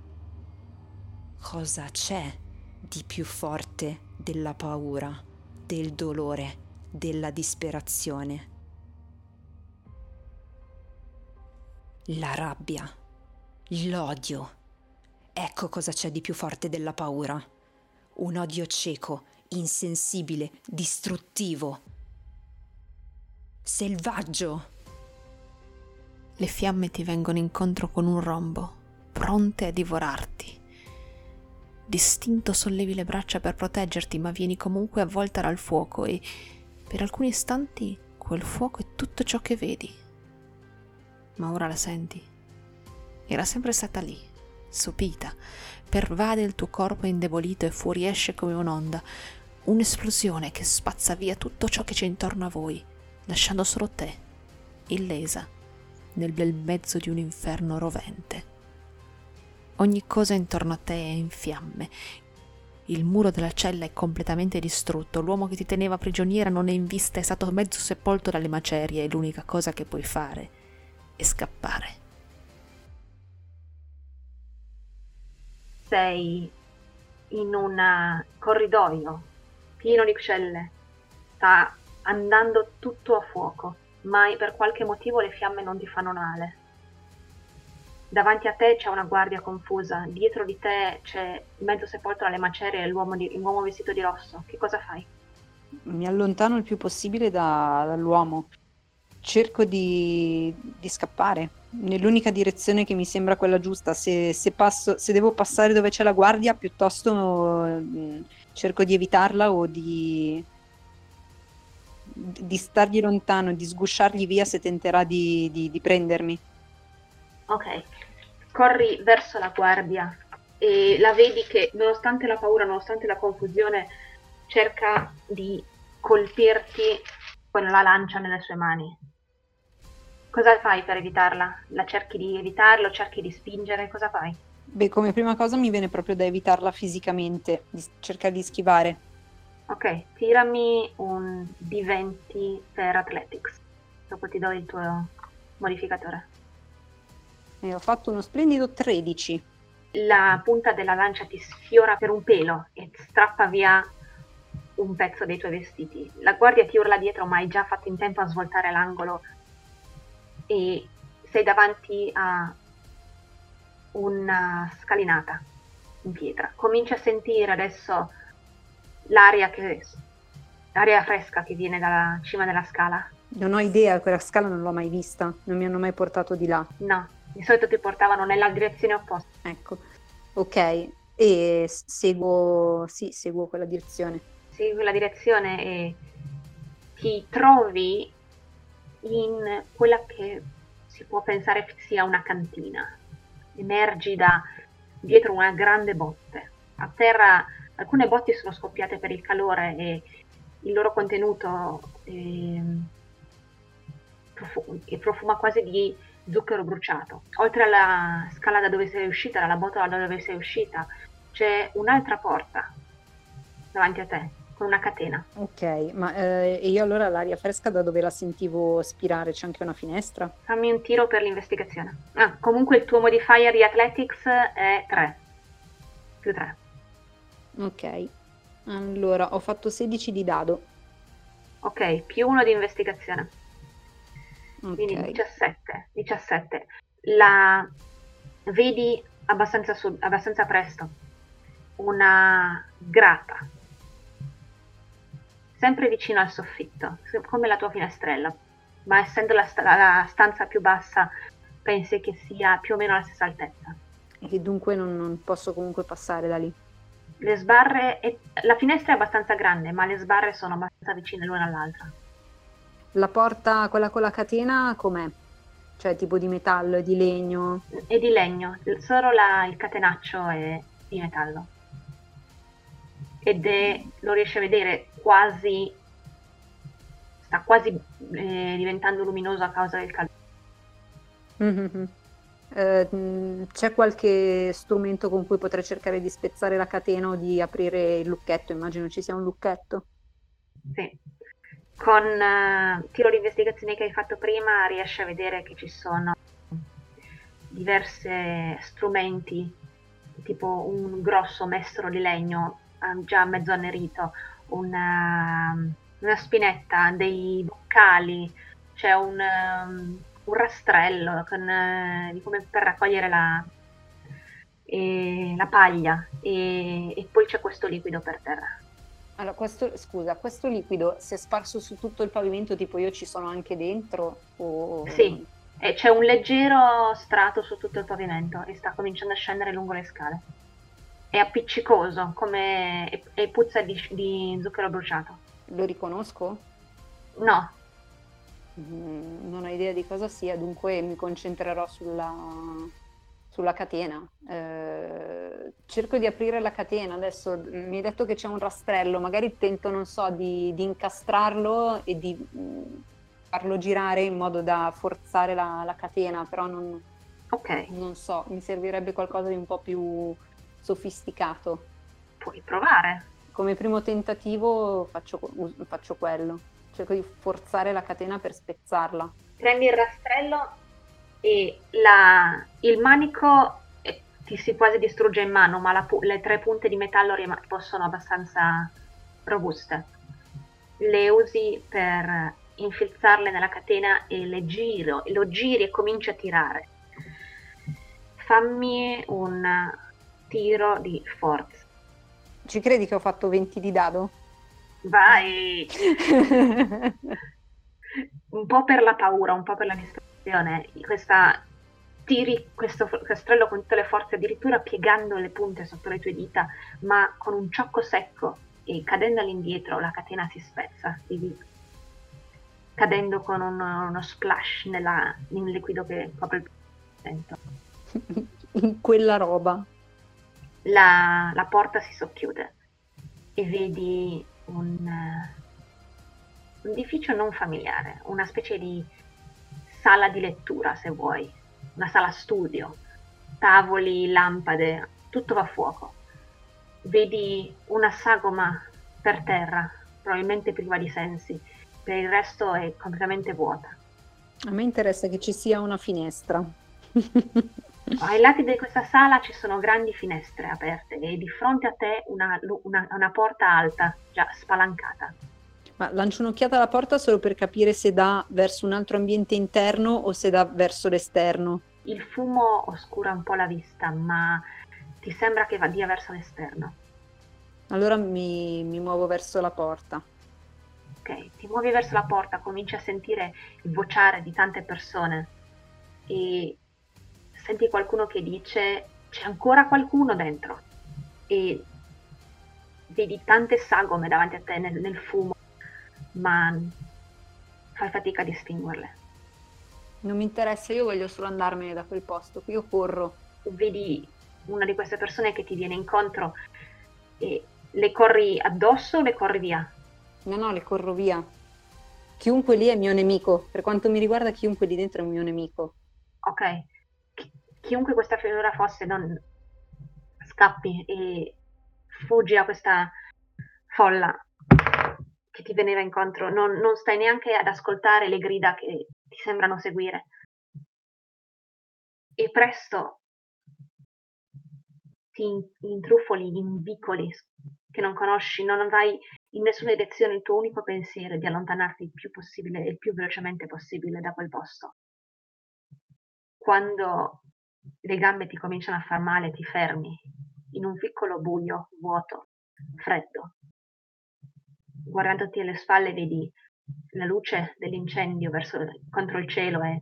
Speaker 2: Cosa c'è di più forte della paura, del dolore, della disperazione? La rabbia, l'odio. Ecco cosa c'è di più forte della paura. Un odio cieco, insensibile, distruttivo, selvaggio.
Speaker 1: Le fiamme ti vengono incontro con un rombo, pronte a divorarti. D'istinto sollevi le braccia per proteggerti, ma vieni comunque avvolta dal fuoco e per alcuni istanti quel fuoco è tutto ciò che vedi. Ma ora la senti? Era sempre stata lì, sopita, pervade il tuo corpo indebolito e fuoriesce come un'onda, un'esplosione che spazza via tutto ciò che c'è intorno a voi, lasciando solo te, illesa, nel bel mezzo di un inferno rovente. Ogni cosa intorno a te è in fiamme. Il muro della cella è completamente distrutto, l'uomo che ti teneva prigioniera non è in vista, è stato mezzo sepolto dalle macerie e l'unica cosa che puoi fare è scappare.
Speaker 3: Sei in un corridoio pieno di celle, sta andando tutto a fuoco, ma per qualche motivo le fiamme non ti fanno male. Davanti a te c'è una guardia confusa, dietro di te c'è mezzo sepolto dalle macerie l'uomo, di, l'uomo vestito di rosso. Che cosa fai?
Speaker 4: Mi allontano il più possibile da- dall'uomo. Cerco di, di scappare nell'unica direzione che mi sembra quella giusta. Se, se passo, se devo passare dove c'è la guardia, piuttosto mh, cerco di evitarla o di, di stargli lontano, di sgusciargli via se tenterà di, di, di prendermi.
Speaker 3: Ok, corri verso la guardia e la vedi che nonostante la paura, nonostante la confusione, cerca di colpirti con la lancia nelle sue mani. Cosa fai per evitarla? La cerchi di evitarlo, cerchi di spingere, cosa fai?
Speaker 4: Beh, come prima cosa mi viene proprio da evitarla fisicamente, di cercare di schivare.
Speaker 3: Ok, tirami un D venti per Athletics, dopo ti do il tuo modificatore.
Speaker 4: E ho fatto uno splendido tredici.
Speaker 3: La punta della lancia ti sfiora per un pelo e strappa via un pezzo dei tuoi vestiti. La guardia ti urla dietro, ma hai già fatto in tempo a svoltare l'angolo e sei davanti a una scalinata in pietra. Cominci a sentire adesso l'aria, che, l'aria fresca che viene dalla cima della scala.
Speaker 4: Non ho idea, quella scala non l'ho mai vista, non mi hanno mai portato di là.
Speaker 3: No, di solito ti portavano nella direzione opposta.
Speaker 4: Ecco, ok, e s- seguo, sì, seguo quella direzione.
Speaker 3: Segui la direzione e ti trovi in quella che si può pensare sia una cantina. Emergi da dietro una grande botte. A terra alcune botti sono scoppiate per il calore e il loro contenuto eh, profu- che profuma quasi di zucchero bruciato. Oltre alla scala da dove sei uscita, dalla botola da dove sei uscita, c'è un'altra porta davanti a te, con una catena.
Speaker 4: Ok, ma eh, e io allora l'aria fresca da dove la sentivo spirare? C'è anche una finestra?
Speaker 3: Fammi un tiro per l'investigazione. Ah, comunque il tuo modifier di Athletics è tre. Più tre.
Speaker 4: Ok, allora ho fatto sedici di dado.
Speaker 3: Ok, più uno di investigazione. Quindi
Speaker 4: Ok,
Speaker 3: diciassette. diciassette. La vedi abbastanza, su- abbastanza presto. Una grata. Sempre vicino al soffitto, se- come la tua finestrella. Ma essendo la, sta- la stanza più bassa, pensi che sia più o meno alla stessa altezza.
Speaker 4: e dunque non, non posso comunque passare da lì.
Speaker 3: Le sbarre, e- la finestra è abbastanza grande, ma le sbarre sono abbastanza vicine l'una all'altra.
Speaker 4: La porta, quella con la catena, com'è? Cioè tipo di metallo, di legno?
Speaker 3: È di legno, solo la- il catenaccio è di metallo. Ed è, lo riesci a vedere quasi, sta quasi eh, diventando luminoso a causa del calore.
Speaker 4: Mhm. Eh, mh, c'è qualche strumento con cui potrei cercare di spezzare la catena o di aprire il lucchetto? Immagino ci sia un lucchetto.
Speaker 3: Sì. Con eh, tiro di investigazione che hai fatto prima riesci a vedere che ci sono diversi strumenti, tipo un grosso mestolo di legno eh, già mezzo annerito, una, una spinetta, dei boccali, c'è un, um, un rastrello con, eh, di come per raccogliere la, e la paglia e, e poi c'è questo liquido per terra.
Speaker 4: Allora, questo, scusa, questo liquido si è sparso su tutto il pavimento, tipo io ci sono anche dentro? O...
Speaker 3: Sì, e c'è un leggero strato su tutto il pavimento e sta cominciando a scendere lungo le scale. È appiccicoso, come e, e puzza di, di zucchero bruciato.
Speaker 4: Lo riconosco?
Speaker 3: No,
Speaker 4: Mm, non ho idea di cosa sia, dunque mi concentrerò sulla, sulla catena. Eh, cerco di aprire la catena. Adesso mi hai detto che c'è un rastrello, magari tento, non so, di, di incastrarlo e di mm, farlo girare in modo da forzare la, la catena, però non,
Speaker 3: ok,
Speaker 4: non so, mi servirebbe qualcosa di un po' più sofisticato.
Speaker 3: puoi provare.
Speaker 4: Come primo tentativo faccio, faccio quello, cerco di forzare la catena per spezzarla.
Speaker 3: Prendi il rastrello e la, il manico eh, ti si quasi distrugge in mano, ma la pu- le tre punte di metallo rima- possono abbastanza robuste. Le usi per infilzarle nella catena e le giro, lo giri e cominci a tirare. Fammi un tiro di forza.
Speaker 4: Ci credi che ho fatto venti di dado?
Speaker 3: Vai! Un po' per la paura, un po' per la distrazione. Questa tiri questo castrello con tutte le forze, addirittura piegando le punte sotto le tue dita, ma con un ciocco secco e cadendo all'indietro la catena si spezza, si- cadendo con un- uno splash nella- nel liquido che copre il pavimento.
Speaker 4: In quella roba.
Speaker 3: La, la porta si socchiude e vedi un, eh, un edificio non familiare, una specie di sala di lettura, se vuoi, una sala studio, tavoli, lampade, tutto va a fuoco. Vedi una sagoma per terra, probabilmente priva di sensi, per il resto è completamente vuota.
Speaker 4: A me interessa che ci sia una finestra.
Speaker 3: Ai lati di questa sala ci sono grandi finestre aperte e di fronte a te una, una, una porta alta, già spalancata.
Speaker 4: Ma lancio un'occhiata alla porta solo per capire se dà verso un altro ambiente interno o se dà verso l'esterno.
Speaker 3: Il fumo oscura un po' la vista, ma ti sembra che dia verso l'esterno.
Speaker 4: Allora mi, mi muovo verso la porta.
Speaker 3: Ok, ti muovi verso la porta, cominci a sentire il vociare di tante persone e senti qualcuno che dice c'è ancora qualcuno dentro e vedi tante sagome davanti a te nel, nel fumo, ma fai fatica a distinguerle.
Speaker 4: Non mi interessa, io voglio solo andarmene da quel posto. Io corro.
Speaker 3: Vedi una di queste persone che ti viene incontro e le corri addosso o le corri via?
Speaker 4: No, no, le corro via. Chiunque lì è mio nemico. Per quanto mi riguarda, chiunque lì dentro è mio nemico.
Speaker 3: Ok, Chi- chiunque questa figura fosse, non scappi e fuggi a questa folla. che ti veniva incontro, non, non stai neanche ad ascoltare le grida che ti sembrano seguire. E presto ti intruffoli in vicoli che non conosci, non avrai in nessuna direzione, il tuo unico pensiero è di allontanarti il più possibile e il più velocemente possibile da quel posto. Quando le gambe ti cominciano a far male, ti fermi in un piccolo buio, vuoto, freddo. Guardandoti alle spalle vedi la luce dell'incendio verso, contro il cielo e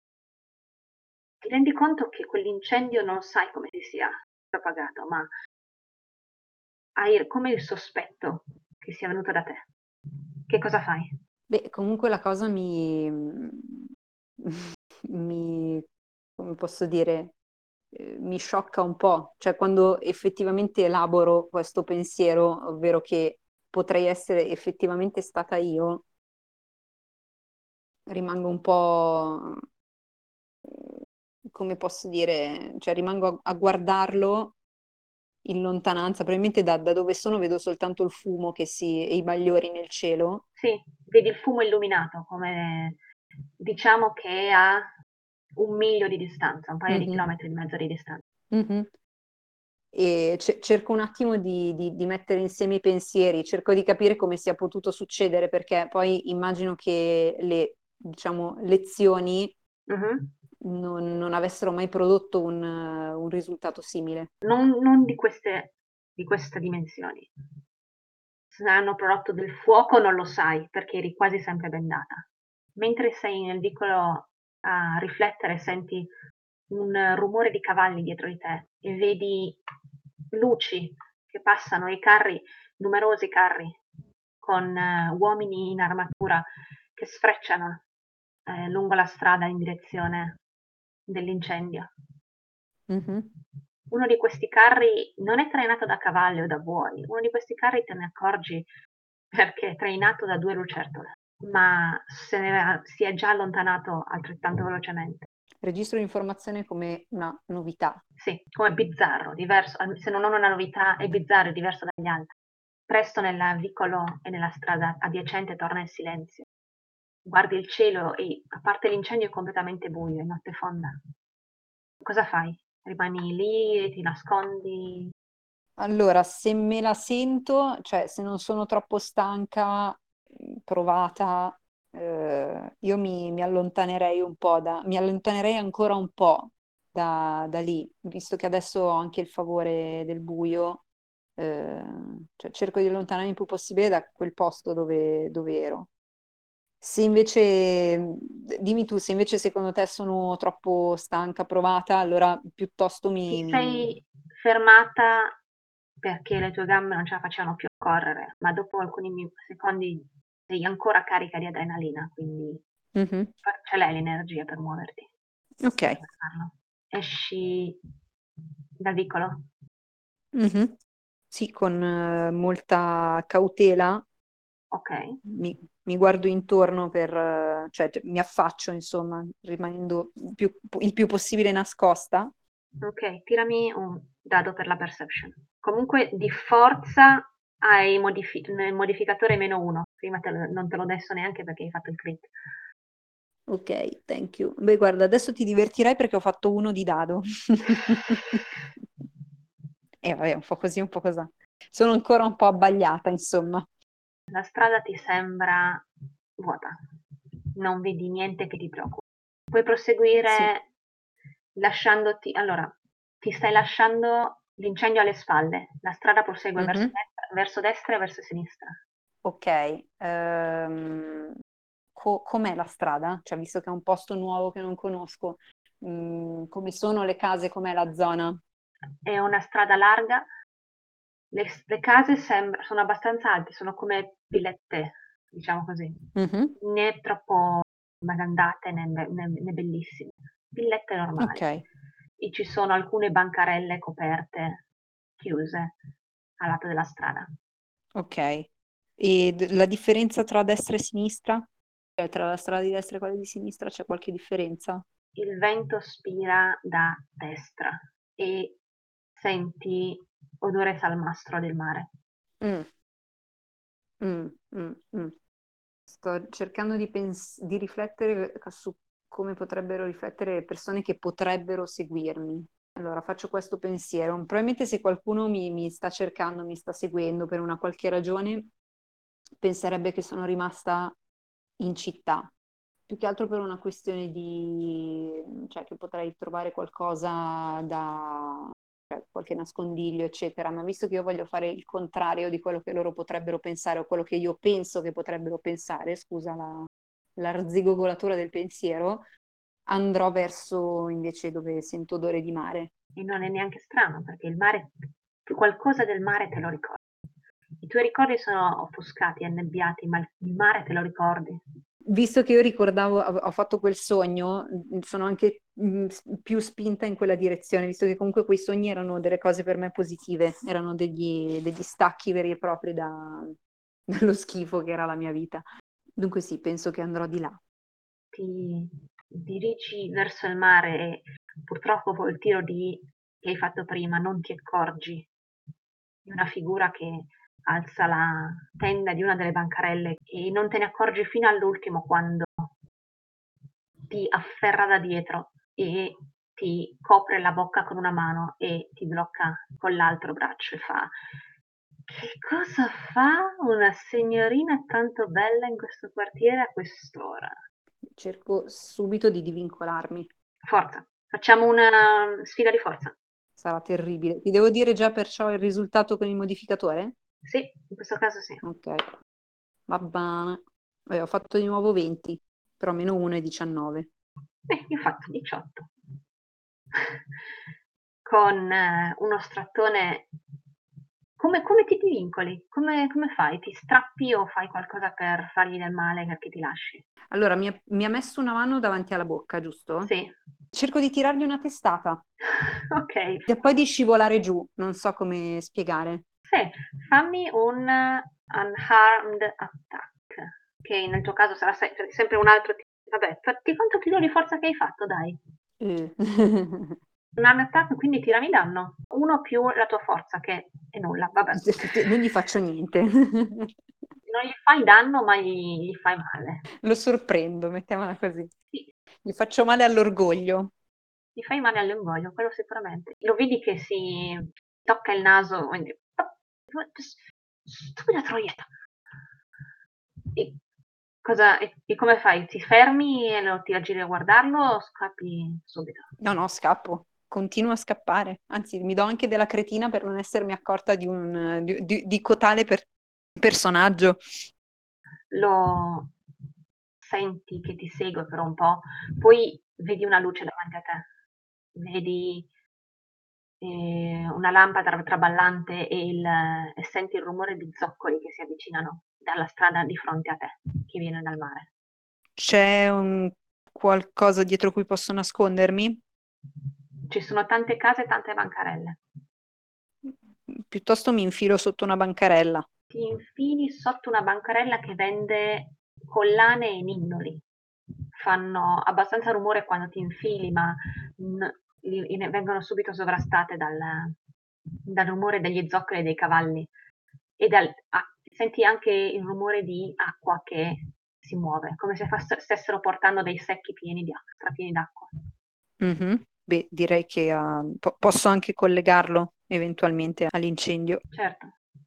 Speaker 3: ti rendi conto che quell'incendio non sai come si sia propagato, ma hai come il sospetto che sia venuto da te. Che cosa fai?
Speaker 4: Beh, comunque la cosa mi, mi, come posso dire, eh, mi sciocca un po', cioè quando effettivamente elaboro questo pensiero, ovvero che potrei essere effettivamente stata io, rimango un po', come posso dire, cioè rimango a, a guardarlo in lontananza, probabilmente da, da dove sono vedo soltanto il fumo che si, e i bagliori nel cielo.
Speaker 3: Sì, vedi il fumo illuminato, come diciamo che è a un miglio di distanza, un paio di
Speaker 4: Mhm.
Speaker 3: chilometri e mezzo di distanza.
Speaker 4: Mhm. E ce- cerco un attimo di, di- di mettere insieme i pensieri, cerco di capire come sia potuto succedere, perché poi immagino che le, diciamo, lezioni
Speaker 3: Mhm.
Speaker 4: non, non avessero mai prodotto un, eh, un risultato simile.
Speaker 3: Non, non di queste, di queste dimensioni. Se hanno prodotto del fuoco non lo sai, perché eri quasi sempre bendata. Mentre sei nel vicolo a riflettere, senti un rumore di cavalli dietro di te e vedi luci che passano, i carri, numerosi carri con eh, uomini in armatura che sfrecciano eh, lungo la strada in direzione dell'incendio.
Speaker 4: Mhm.
Speaker 3: Uno di questi carri non è trainato da cavalli o da buoi, uno di questi carri te ne accorgi perché è trainato da due lucertole, ma se ne si è già allontanato altrettanto velocemente.
Speaker 4: Registro l'informazione come una novità.
Speaker 3: Sì, come bizzarro, diverso, se non una novità, è bizzarro, è diverso dagli altri. Presto nel vicolo e nella strada adiacente torna il silenzio. Guardi il cielo e, a parte l'incendio, è completamente buio, è notte fonda. Cosa fai? Rimani lì, ti nascondi?
Speaker 4: Allora, se me la sento, cioè se non sono troppo stanca, mh, provata, eh, io mi, mi allontanerei un po' da, mi allontanerei ancora un po' da, da lì, visto che adesso ho anche il favore del buio, eh, cioè cerco di allontanarmi il più possibile da quel posto dove, dove ero. Se invece, dimmi tu, se invece secondo te sono troppo stanca, provata, allora piuttosto
Speaker 3: Ti
Speaker 4: mi, mi-
Speaker 3: sei fermata perché le tue gambe non ce la facevano più a correre, ma dopo alcuni mi- secondi sei ancora carica di adrenalina, quindi
Speaker 4: Mhm.
Speaker 3: ce l'hai l'energia per muoverti.
Speaker 4: Ok.
Speaker 3: Per farlo. Esci dal vicolo?
Speaker 4: Mhm. Sì, con eh, molta cautela
Speaker 3: Ok.
Speaker 4: mi, mi guardo intorno per, eh, cioè cioè, mi affaccio, insomma, rimanendo il più, il più possibile nascosta.
Speaker 3: Ok, tirami un dado per la perception. Comunque di forza hai modifi- il modificatore meno uno. Prima te lo- non te l'ho detto neanche perché hai fatto il crit.
Speaker 4: Ok, thank you. Beh, guarda, adesso ti divertirai perché ho fatto uno di dado. E vabbè, un po' così, un po' così. Sono ancora un po' abbagliata, insomma.
Speaker 3: La strada ti sembra vuota, non vedi niente che ti preoccupa. Puoi
Speaker 4: Sì,
Speaker 3: proseguire lasciandoti, allora, ti stai lasciando l'incendio alle spalle, la strada prosegue verso
Speaker 4: mhm.
Speaker 3: destra, verso destra e verso sinistra.
Speaker 4: Ok. Ehm, co- com'è la strada? Cioè, visto che è un posto nuovo che non conosco, mm, come sono le case, com'è la zona?
Speaker 3: È una strada larga, le, le case sembra- sono abbastanza alte, sono come villette, diciamo così,
Speaker 4: Mhm.
Speaker 3: né troppo magandate né, né- né bellissime, villette normali.
Speaker 4: Ok,
Speaker 3: E ci sono alcune bancarelle coperte, chiuse, al lato della strada.
Speaker 4: ok. E d- la differenza tra destra e sinistra? Cioè, tra la strada di destra e quella di sinistra c'è qualche differenza?
Speaker 3: Il vento spira da destra e senti odore salmastro del mare.
Speaker 4: Mm. Mm, mm, mm. Sto cercando di, pens- di riflettere su come potrebbero riflettere le persone che potrebbero seguirmi. Allora faccio questo pensiero. Probabilmente se qualcuno mi, mi sta cercando, mi sta seguendo per una qualche ragione, penserebbe che sono rimasta in città. Più che altro per una questione di, cioè che potrei trovare qualcosa da, cioè, qualche nascondiglio, eccetera, ma visto che io voglio fare il contrario di quello che loro potrebbero pensare o quello che io penso che potrebbero pensare, scusa la, l'arzigogolatura del pensiero, andrò verso invece dove sento odore di mare.
Speaker 3: E non è neanche strano, perché il mare, qualcosa del mare te lo ricordi. I tuoi ricordi sono offuscati, annebbiati, ma il mare te lo ricordi.
Speaker 4: Visto che io ricordavo, ho ho fatto quel sogno, mh, sono anche mh, s- più spinta in quella direzione, visto che comunque quei sogni erano delle cose per me positive, erano degli, degli stacchi veri e propri da- dallo schifo che era la mia vita. Dunque sì, penso che andrò di là.
Speaker 3: Ti dirigi verso il mare e purtroppo col tiro di, che hai fatto prima non ti accorgi di una figura che alza la tenda di una delle bancarelle e non te ne accorgi fino all'ultimo quando ti afferra da dietro e ti copre la bocca con una mano e ti blocca con l'altro braccio e fa: che cosa fa una signorina tanto bella in questo quartiere a quest'ora?
Speaker 4: Cerco subito di divincolarmi,
Speaker 3: Forza, facciamo una sfida di forza.
Speaker 4: sarà terribile. Ti devo dire già perciò il risultato con il modificatore?
Speaker 3: Sì, in questo caso sì.
Speaker 4: Ok, va bene. Eh, ho fatto di nuovo venti, però meno uno è diciannove.
Speaker 3: Eh, io ho fatto diciotto. Con eh, uno strattone. Come, come ti divincoli? Come, come fai? Ti strappi o fai qualcosa per fargli del male perché ti lasci?
Speaker 4: Allora, mi ha, mi ha messo una mano davanti alla bocca, giusto?
Speaker 3: Sì.
Speaker 4: Cerco di tirargli una testata
Speaker 3: Ok.
Speaker 4: e poi di scivolare giù, non so come spiegare.
Speaker 3: Sì, fammi un unharmed attack, che nel tuo caso sarà se- sempre un altro tipo. Vabbè, fatti quanto tiro di forza che hai fatto, dai.
Speaker 4: Eh.
Speaker 3: Un unarmed attack, quindi tirami danno. Uno più la tua forza, che è nulla, vabbè.
Speaker 4: Non gli faccio niente.
Speaker 3: Non gli fai danno, ma gli, gli fai male.
Speaker 4: Lo sorprendo, mettiamola così.
Speaker 3: Sì,
Speaker 4: Gli faccio male all'orgoglio.
Speaker 3: gli fai male all'ingoio, quello sicuramente. Lo vedi che si tocca il naso, quindi. Stupida troietta. E, cosa, e, e come fai? Ti fermi e lo, ti raggiri a guardarlo o scappi subito?
Speaker 4: No, no, scappo. Continuo a scappare. Anzi, mi do anche della cretina per non essermi accorta di un di, di- di cotale per- personaggio.
Speaker 3: Lo senti che ti segue per un po', poi vedi una luce davanti a te, vedi eh, una lampada traballante e, il, e senti il rumore di zoccoli che si avvicinano dalla strada di fronte a te, che viene dal mare.
Speaker 4: C'è un qualcosa dietro cui posso nascondermi?
Speaker 3: Ci sono tante case e tante bancarelle.
Speaker 4: Piuttosto mi infilo sotto una bancarella.
Speaker 3: Ti infili sotto una bancarella che vende collane e ninnoli. Fanno abbastanza rumore quando ti infili, ma n- li- ne- vengono subito sovrastate dal, dal rumore degli zoccoli e dei cavalli. E dal, ah, senti anche il rumore di acqua che si muove, come se fass- stessero portando dei secchi pieni di acqua, strapieni d'acqua.
Speaker 4: Mhm. Beh, direi che ah, po- posso anche collegarlo eventualmente all'incendio.
Speaker 3: Certo.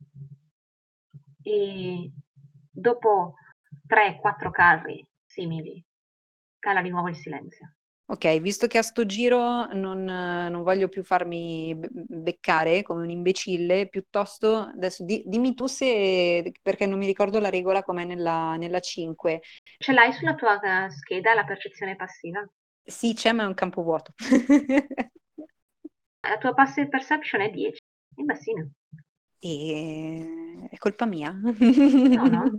Speaker 3: E dopo tre quattro carri simili, cala di nuovo il silenzio.
Speaker 4: Ok, visto che a sto giro non, eh, non voglio più farmi be- beccare come un imbecille, piuttosto adesso di- dimmi tu se, perché non mi ricordo la regola com'è nella, nella cinque.
Speaker 3: Ce l'hai sulla tua eh, scheda la percezione passiva?
Speaker 4: Sì, c'è, ma è un campo vuoto.
Speaker 3: La tua passive perception è dieci. In bassino.
Speaker 4: E è colpa mia.
Speaker 3: No, no.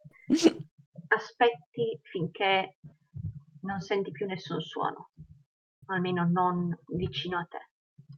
Speaker 3: Aspetti finché non senti più nessun suono, almeno non vicino a te.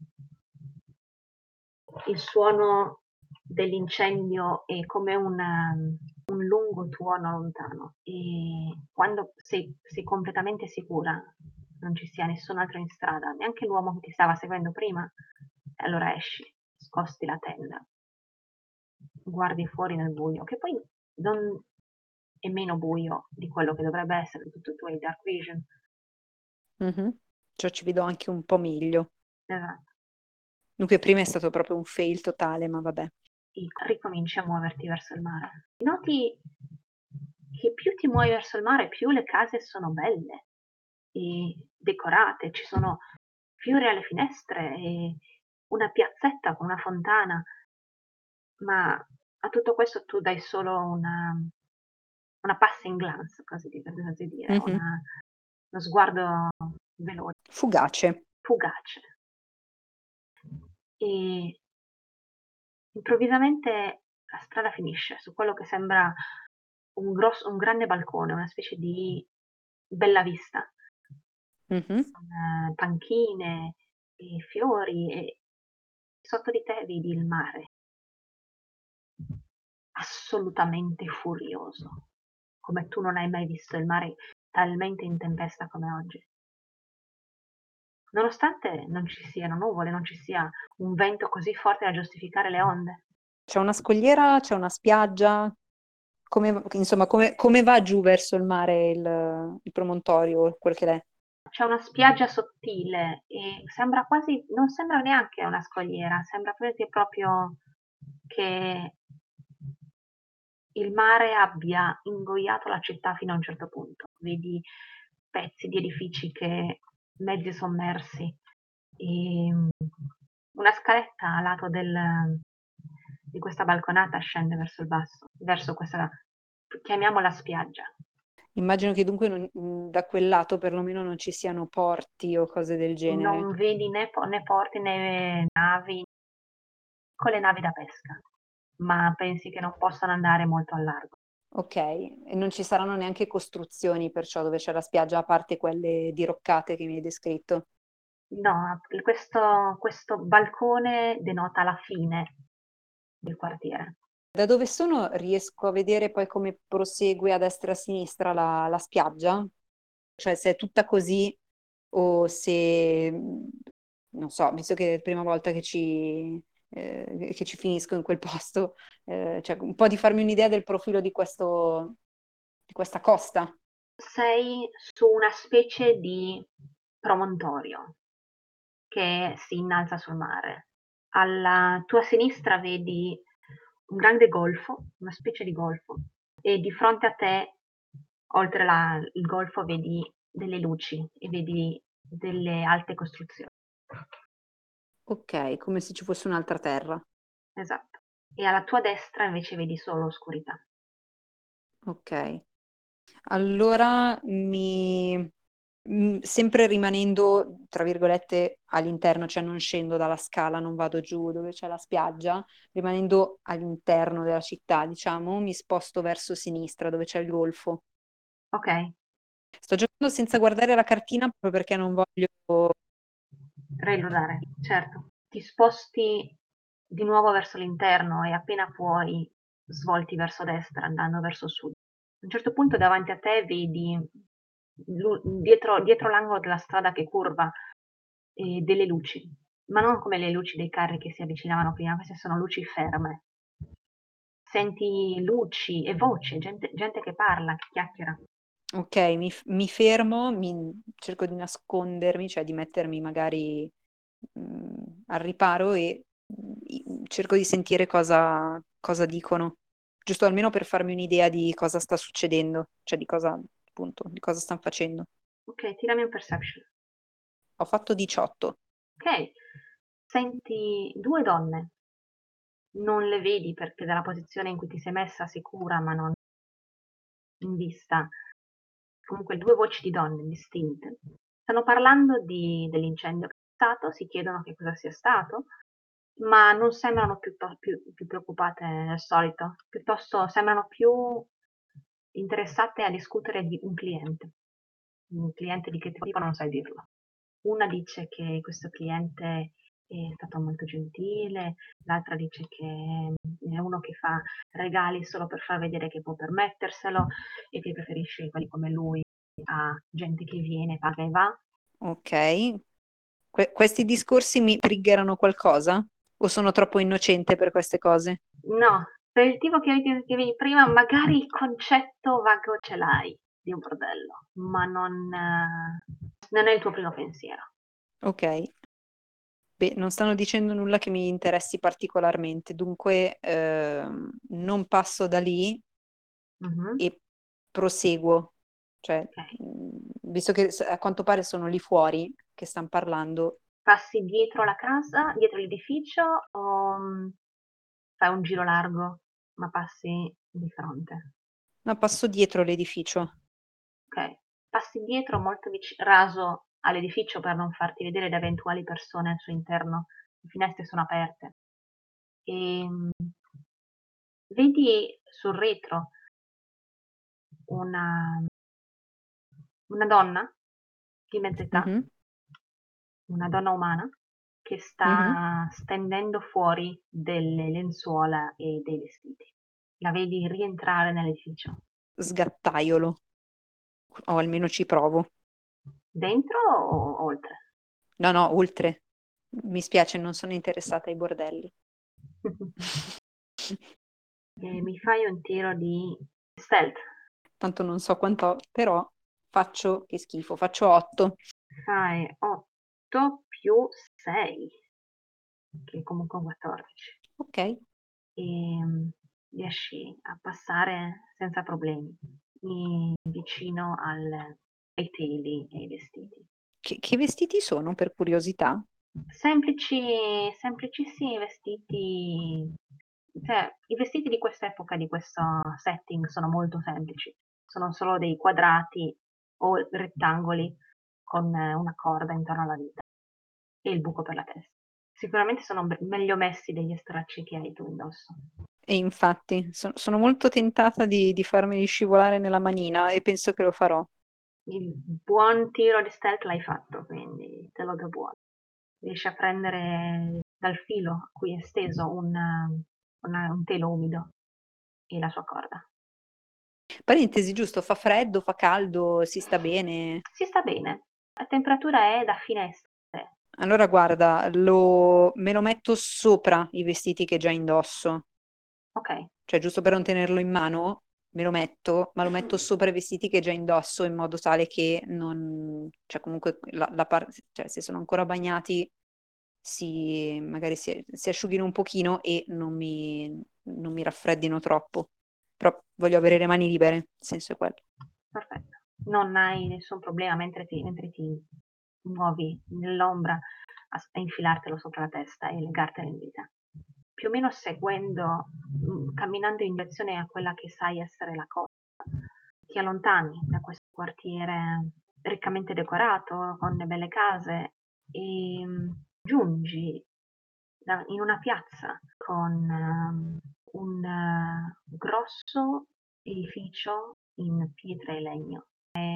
Speaker 3: Il suono dell'incendio è come un, um, un lungo tuono lontano e quando sei, sei completamente sicura non ci sia nessun altro in strada, neanche l'uomo che ti stava seguendo prima, allora esci, sposti la tenda, guardi fuori nel buio, che poi non è meno buio di quello che dovrebbe essere tutto i tuoi dark vision.
Speaker 4: Mhm. Cioè ci vedo anche un po' meglio.
Speaker 3: Esatto.
Speaker 4: Dunque prima è stato proprio un fail totale, ma vabbè.
Speaker 3: E ricominci a muoverti verso il mare. Noti che più ti muovi verso il mare, più le case sono belle e decorate, ci sono fiori alle finestre e una piazzetta con una fontana, ma a tutto questo tu dai solo una, una passing glance, così di- per così dire,
Speaker 4: Mhm.
Speaker 3: una- uno sguardo veloce,
Speaker 4: Fugace.
Speaker 3: fugace. E improvvisamente la strada finisce su quello che sembra un, grosso, un grande balcone, una specie di bella vista,
Speaker 4: Mhm.
Speaker 3: con eh, panchine e fiori e sotto di te vedi il mare, assolutamente furioso, come tu non hai mai visto il mare talmente in tempesta come oggi. Nonostante non ci siano nuvole, non ci sia un vento così forte da giustificare le onde.
Speaker 4: C'è una scogliera, c'è una spiaggia. Come, insomma, come, come va giù verso il mare il, il promontorio, quel che è?
Speaker 3: C'è una spiaggia sottile e sembra quasi, non sembra neanche una scogliera, sembra proprio proprio che il mare abbia ingoiato la città fino a un certo punto. Vedi pezzi di edifici che mezzi sommersi e mm, una scaletta a lato del- di questa balconata scende verso il basso, verso questa, chiamiamola spiaggia.
Speaker 4: Immagino che dunque non- mh, da quel lato perlomeno non ci siano porti o cose del genere.
Speaker 3: Non vedi né, po- né porti né navi, con le navi da pesca, ma pensi che non possano andare molto a largo.
Speaker 4: Ok, e non ci saranno neanche costruzioni perciò dove c'è la spiaggia, a parte quelle diroccate che mi hai descritto.
Speaker 3: No, questo, questo balcone denota la fine del quartiere.
Speaker 4: Da dove sono riesco a vedere poi come prosegue a destra e a sinistra la, la spiaggia? Cioè se è tutta così o se, mh, non so, visto che è la prima volta che ci, eh, che ci finisco in quel posto, eh, cioè un po' di farmi un'idea del profilo di questo, di questa costa.
Speaker 3: Sei su una specie di promontorio che si innalza sul mare. Alla tua sinistra vedi un grande golfo, una specie di golfo, e di fronte a te, oltre la- il golfo, vedi delle luci e vedi delle alte costruzioni.
Speaker 4: Ok, come se ci fosse un'altra terra.
Speaker 3: Esatto. E alla tua destra invece vedi solo oscurità.
Speaker 4: Ok. Allora mi, mm, sempre rimanendo, tra virgolette, all'interno, cioè non scendo dalla scala, non vado giù dove c'è la spiaggia, rimanendo all'interno della città, diciamo, mi sposto verso sinistra dove c'è il golfo.
Speaker 3: Ok?
Speaker 4: Sto giocando senza guardare la cartina proprio perché non voglio...
Speaker 3: Railroadare, certo. Ti sposti di nuovo verso l'interno e appena puoi svolti verso destra andando verso sud. A un certo punto davanti a te vedi lu- dietro, dietro l'angolo della strada che curva eh, delle luci, ma non come le luci dei carri che si avvicinavano prima, queste sono luci ferme. Senti luci e voci, gente, gente che parla, che chiacchiera.
Speaker 4: Ok, mi, mi fermo, mi- cerco di nascondermi, cioè di mettermi magari mm, al riparo e mm, cerco di sentire cosa, cosa dicono, giusto almeno per farmi un'idea di cosa sta succedendo, cioè di cosa, appunto, di cosa stanno facendo.
Speaker 3: Ok, tirami un perception.
Speaker 4: Ho fatto diciotto.
Speaker 3: Ok, senti due donne, non le vedi perché dalla posizione in cui ti sei messa sicura, ma non in vista, comunque due voci di donne distinte. Stanno parlando di- dell'incendio che è stato, si chiedono che cosa sia stato, ma non sembrano più, più, più preoccupate del solito, piuttosto sembrano più interessate a discutere di un cliente. Un cliente di che tipo non sai dirlo. Una dice che questo cliente è stato molto gentile, l'altra dice che è uno che fa regali solo per far vedere che può permetterselo e che preferisce quelli come lui a gente che viene, paga e va.
Speaker 4: Ok. Que- questi discorsi mi triggerano qualcosa? O sono troppo innocente per queste cose?
Speaker 3: No, Per il tipo che che vedi prima, magari il concetto vago ce l'hai di un bordello, ma non, non è il tuo primo pensiero.
Speaker 4: Ok. Beh, non stanno dicendo nulla che mi interessi particolarmente, dunque ehm, non passo da lì
Speaker 3: Mhm.
Speaker 4: e proseguo. Cioè,
Speaker 3: Ok.
Speaker 4: mh, visto che s- a quanto pare sono lì fuori che stanno parlando,
Speaker 3: Passi dietro la casa, dietro l'edificio o mm, fai un giro largo, ma passi di fronte?
Speaker 4: ma passo dietro l'edificio.
Speaker 3: Ok. Passi dietro molto vic- raso all'edificio per non farti vedere da eventuali persone al suo interno. Le finestre sono aperte. E mm, vedi sul retro una, una donna di mezza età,
Speaker 4: Mhm,
Speaker 3: una donna umana, che
Speaker 4: mhm.
Speaker 3: sta stendendo fuori delle lenzuola e dei vestiti. La vedi rientrare nell'edificio.
Speaker 4: Sgattaiolo, o almeno ci provo.
Speaker 3: Dentro o oltre?
Speaker 4: No, no, oltre. Mi spiace, non sono interessata ai bordelli.
Speaker 3: E mi fai un tiro di stealth.
Speaker 4: Tanto non so quanto, però faccio che schifo, faccio otto.
Speaker 3: Fai otto più sei, che è comunque un quattordici.
Speaker 4: Ok.
Speaker 3: E mm, riesci a passare senza problemi i- vicino al- ai teli e ai vestiti.
Speaker 4: Che, che vestiti sono, per curiosità?
Speaker 3: Semplici, semplicissimi vestiti, cioè i vestiti di quest'epoca, di questo setting, sono molto semplici, sono solo dei quadrati o rettangoli con eh, una corda intorno alla vita e il buco per la testa. Sicuramente sono be- meglio messi degli stracci che hai tu indosso.
Speaker 4: E infatti, so- sono molto tentata di, di farmi scivolare nella manina e penso che lo farò.
Speaker 3: Il buon tiro di stealth l'hai fatto, quindi te lo do buono. Riesci a prendere dal filo a cui è steso un, una- un telo umido e la sua corda.
Speaker 4: Parentesi, giusto, fa freddo, fa caldo, si sta bene.
Speaker 3: Si sta bene, la temperatura è da finestre,
Speaker 4: Allora guarda, lo- me lo metto sopra i vestiti che già indosso.
Speaker 3: ok?
Speaker 4: Cioè giusto per non tenerlo in mano, me lo metto, ma lo metto sopra i vestiti che già indosso in modo tale che non, cioè comunque la, la par- cioè se sono ancora bagnati si, magari si, si asciughino un pochino e non mi, non mi raffreddino troppo. Però voglio avere le mani libere, il senso è quello.
Speaker 3: Perfetto. Non hai nessun problema mentre ti, mentre ti muovi nell'ombra a, a infilartelo sopra la testa e legartelo in vita. Più o meno seguendo, mh, camminando in direzione a quella che sai essere la costa, ti allontani da questo quartiere riccamente decorato, con le belle case, e mh, giungi da- in una piazza con ehm, un eh, grosso edificio in pietra e legno.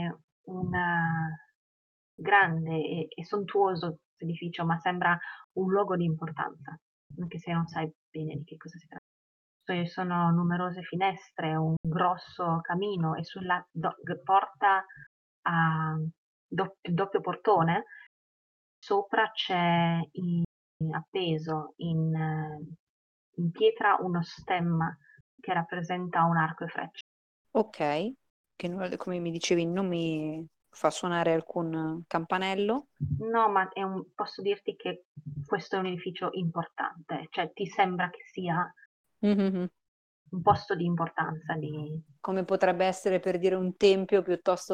Speaker 3: Un eh, grande e, e sontuoso edificio, ma sembra un luogo di importanza, anche se non sai bene di che cosa si tratta. Ci sono numerose finestre, un grosso camino e sulla do- porta a doppio, doppio portone sopra c'è in- appeso in, eh, in pietra uno stemma che rappresenta un arco e frecce.
Speaker 4: Ok, che non- come mi dicevi non mi fa suonare alcun campanello.
Speaker 3: No, ma è un- posso dirti che questo è un edificio importante, cioè ti sembra che sia
Speaker 4: Mhm.
Speaker 3: un posto di importanza, di
Speaker 4: Come potrebbe essere per dire un tempio piuttosto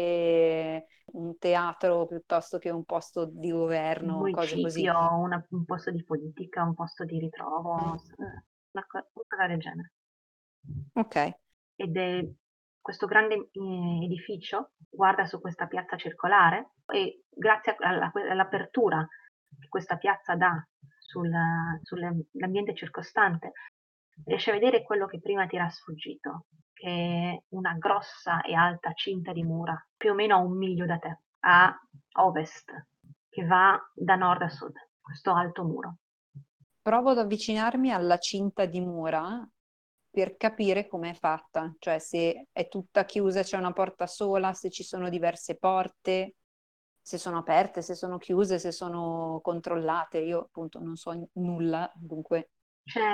Speaker 4: che un teatro, piuttosto che un posto di
Speaker 3: un
Speaker 4: governo, cose così.
Speaker 3: municipio, una- un posto di politica, un posto di ritrovo, s- eh, una co- una cosa del genere.
Speaker 4: Ok,
Speaker 3: Ed è questo grande eh, edificio, guarda su questa piazza circolare e grazie alla- all'apertura che questa piazza dà sul- sull'ambiente circostante, riesci a vedere quello che prima ti era sfuggito, che è una grossa e alta cinta di mura, più o meno a un miglio da te, a ovest, che va da nord a sud, questo alto muro.
Speaker 4: provo ad avvicinarmi alla cinta di mura per capire com'è fatta, cioè se è tutta chiusa, c'è una porta sola, se ci sono diverse porte, se sono aperte, se sono chiuse, se sono controllate. Io appunto non so nulla, dunque.
Speaker 3: C'è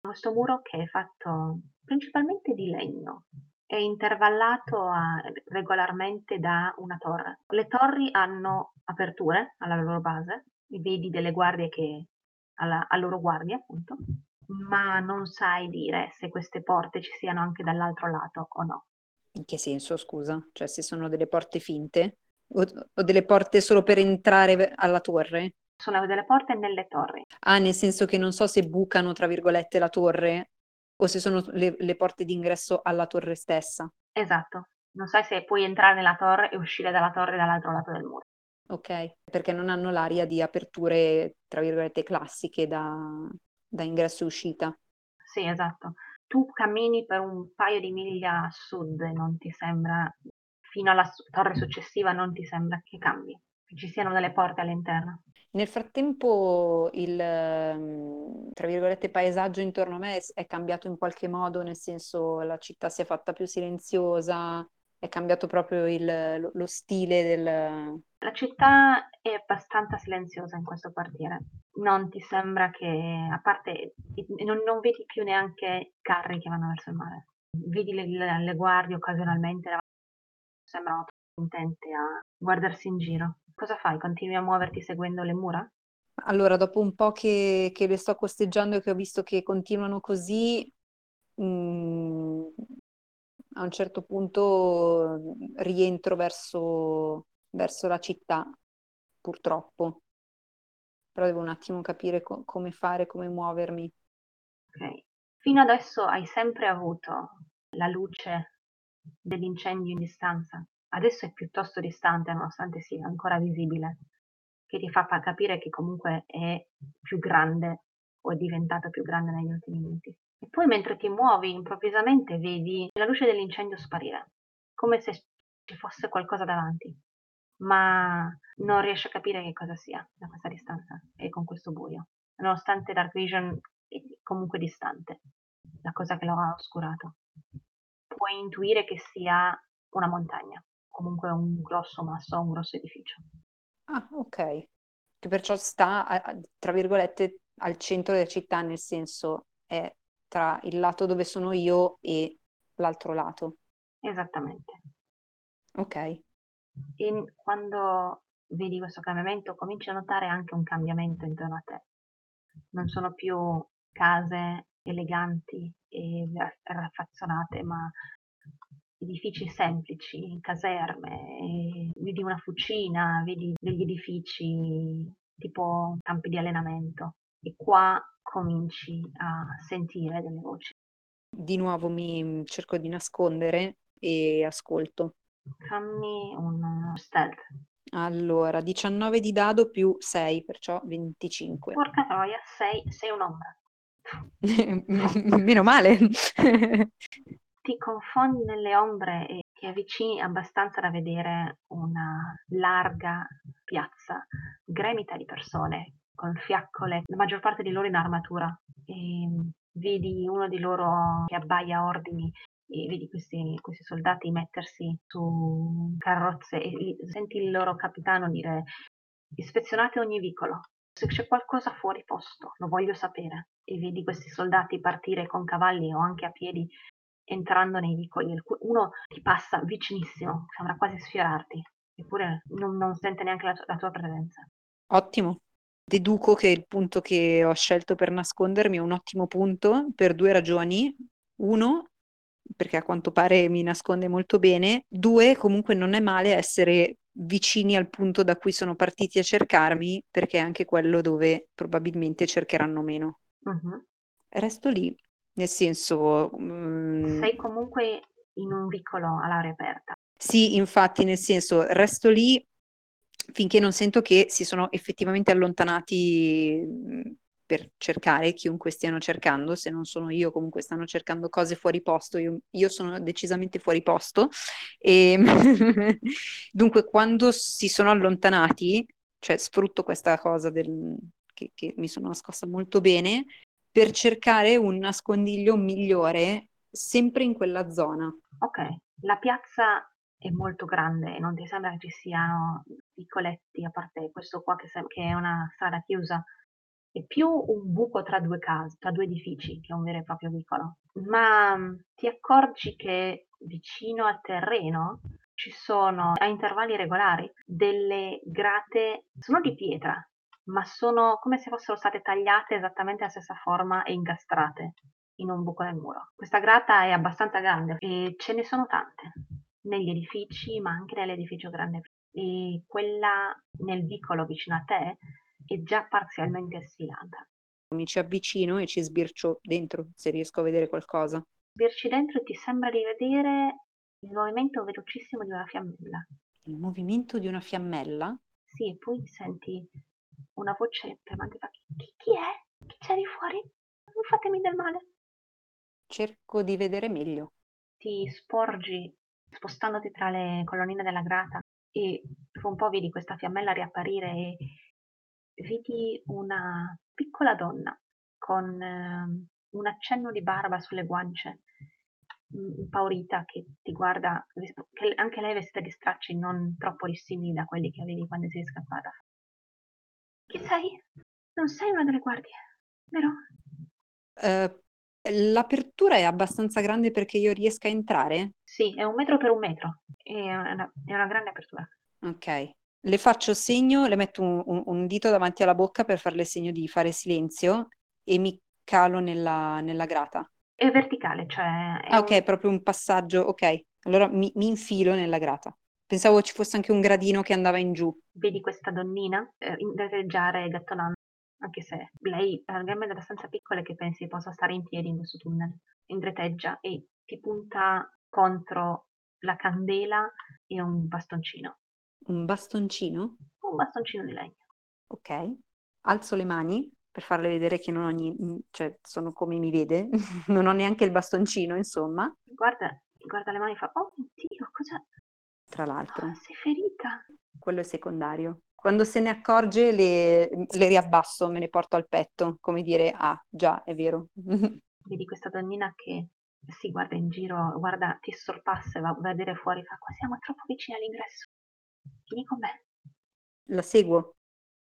Speaker 3: Questo muro che è fatto principalmente di legno, è intervallato a- regolarmente da una torre. Le torri hanno aperture alla loro base, e vedi delle guardie che alla, a loro guardie, appunto, ma non sai dire se queste porte ci siano anche dall'altro lato o no.
Speaker 4: In che senso, scusa? Cioè, se sono delle porte finte? O, o delle porte solo per entrare ve- alla torre?
Speaker 3: Sono delle porte nelle torri.
Speaker 4: Ah, nel senso che non so se bucano, tra virgolette, la torre o se sono le, le porte d'ingresso alla torre stessa.
Speaker 3: Esatto. Non sai se puoi entrare nella torre e uscire dalla torre dall'altro lato del muro.
Speaker 4: Ok? Perché non hanno l'aria di aperture, tra virgolette, classiche da, da ingresso e uscita.
Speaker 3: Sì, esatto. Tu cammini per un paio di miglia a sud e non ti sembra, fino alla s- torre successiva, non ti sembra che cambi, che ci siano delle porte all'interno.
Speaker 4: Nel frattempo il, ehm, tra virgolette, paesaggio intorno a me è, è cambiato in qualche modo, nel senso la città si è fatta più silenziosa, è cambiato proprio il- lo, lo stile del...
Speaker 3: La città è abbastanza silenziosa in questo quartiere. Non ti sembra che, a parte, non, non vedi più neanche carri che vanno verso il mare. Vedi le, le- le guardie occasionalmente, sembrano intente a guardarsi in giro. Cosa fai? Continui a muoverti seguendo le mura?
Speaker 4: Allora, dopo un po' che, che le sto costeggiando e che ho visto che continuano così, mm, a un certo punto mm, rientro verso, verso la città, purtroppo. Però devo un attimo capire co- come fare, come muovermi.
Speaker 3: Ok. Fino adesso hai sempre avuto la luce dell'incendio in distanza. Adesso è piuttosto distante, nonostante sia ancora visibile, che ti fa fa capire che comunque è più grande o è diventato più grande negli ultimi minuti. E poi mentre ti muovi, improvvisamente vedi la luce dell'incendio sparire, come se ci fosse qualcosa davanti, ma non riesci a capire che cosa sia da questa distanza e con questo buio, nonostante Dark Vision è comunque distante, la cosa che lo ha oscurato. Puoi intuire che sia una montagna, comunque un grosso masso, un grosso edificio.
Speaker 4: Ah, ok. Che perciò sta, a- a- tra virgolette, al centro della città, nel senso è tra il lato dove sono io e l'altro lato.
Speaker 3: Esattamente.
Speaker 4: Ok.
Speaker 3: E quando vedi questo cambiamento, cominci a notare anche un cambiamento intorno a te. Non sono più case eleganti e raffazzonate, ma edifici semplici, caserme, e vedi una fucina, vedi degli edifici tipo campi di allenamento e qua cominci a sentire delle voci.
Speaker 4: Di nuovo mi cerco di nascondere e ascolto.
Speaker 3: Fammi un stealth.
Speaker 4: Allora, diciannove di dado più sei, perciò venticinque.
Speaker 3: Porca troia, sei, sei un'ombra.
Speaker 4: Meno male.
Speaker 3: Ti confondi nelle ombre e ti avvicini abbastanza da vedere una larga piazza gremita di persone con fiaccole, la maggior parte di loro in armatura. E vedi uno di loro che abbaia ordini e vedi questi, questi soldati mettersi su carrozze e senti il loro capitano dire: ispezionate ogni vicolo. Se c'è qualcosa fuori posto, lo voglio sapere. E vedi questi soldati partire con cavalli o anche a piedi entrando nei vicoli. Uno ti passa vicinissimo, sembra quasi sfiorarti, eppure non, non sente neanche la, la tua presenza.
Speaker 4: Ottimo. Deduco che il punto che ho scelto per nascondermi è un ottimo punto per due ragioni. Uno, perché a quanto pare mi nasconde molto bene. Due, comunque non è male essere vicini al punto da cui sono partiti a cercarmi, perché è anche quello dove probabilmente cercheranno meno.
Speaker 3: Mhm.
Speaker 4: Resto lì, nel senso, mm,
Speaker 3: Sei comunque in un vicolo all'aria aperta.
Speaker 4: sì, infatti, nel senso, resto lì finché non sento che si sono effettivamente allontanati mh, per cercare chiunque stiano cercando, se non sono io, comunque stanno cercando cose fuori posto, io, io sono decisamente fuori posto. E dunque, quando si sono allontanati, cioè sfrutto questa cosa del, che, che mi sono nascosta molto bene per cercare un nascondiglio migliore sempre in quella zona.
Speaker 3: Ok, la piazza è molto grande e non ti sembra che ci siano vicoletti, a parte questo qua che, sem- che è una strada chiusa, è più un buco tra due case, tra due edifici che un vero e proprio vicolo. Ma mh, ti accorgi che vicino al terreno ci sono a intervalli regolari delle grate, sono di pietra, ma sono come se fossero state tagliate esattamente alla stessa forma e incastrate in un buco nel muro. Questa grata è abbastanza grande e ce ne sono tante negli edifici, ma anche nell'edificio grande. E quella nel vicolo vicino a te è già parzialmente sfilata.
Speaker 4: Mi ci avvicino e ci sbircio dentro se riesco a vedere qualcosa.
Speaker 3: Sbirci dentro e ti sembra di vedere il movimento velocissimo di una fiammella.
Speaker 4: Il movimento di una fiammella?
Speaker 3: Sì, poi senti una voce tremante fa: chi, chi è? Chi c'è di fuori? Non fatemi del male.
Speaker 4: Cerco di vedere meglio.
Speaker 3: Ti sporgi spostandoti tra le colonnine della grata e dopo un po' vedi questa fiammella riapparire e vedi una piccola donna con eh, un accenno di barba sulle guance, mm, impaurita, che ti guarda, che anche lei è vestita di stracci non troppo dissimili da quelli che avevi quando sei scappata. Chi sei? Non sei una delle guardie, vero?
Speaker 4: Eh, l'apertura è abbastanza grande perché io riesca a entrare?
Speaker 3: Sì, è un metro per un metro, è una, è una grande apertura.
Speaker 4: Ok. Le faccio segno, le metto un, un- un dito davanti alla bocca per farle segno di fare silenzio e mi calo nella, nella grata.
Speaker 3: È verticale, cioè è
Speaker 4: Ah, ok,
Speaker 3: un...
Speaker 4: è proprio un passaggio. Ok, allora mi, mi infilo nella grata. Pensavo ci fosse anche un gradino che andava in giù.
Speaker 3: Vedi questa donnina eh, indietreggiare e gattonando, anche se lei ha gambe abbastanza piccole che pensi possa stare in piedi in questo tunnel. Indietreggia e ti punta contro la candela e un bastoncino.
Speaker 4: Un bastoncino?
Speaker 3: Un bastoncino di legno.
Speaker 4: Ok. Alzo le mani per farle vedere che non ho ni- cioè sono come mi vede. Non ho neanche il bastoncino, insomma,
Speaker 3: Guarda, guarda le mani e fa: oh mio Dio, cosa?
Speaker 4: tra
Speaker 3: Ah,
Speaker 4: l'altro.
Speaker 3: sei ferita?
Speaker 4: Quello è secondario. Quando se ne accorge le, le riabbasso, me ne porto al petto, come dire, ah, già, è vero.
Speaker 3: Vedi questa donnina che si guarda in giro, guarda, ti sorpassa e va a vedere fuori, fa: qua siamo troppo vicini all'ingresso. Vieni con me.
Speaker 4: La seguo.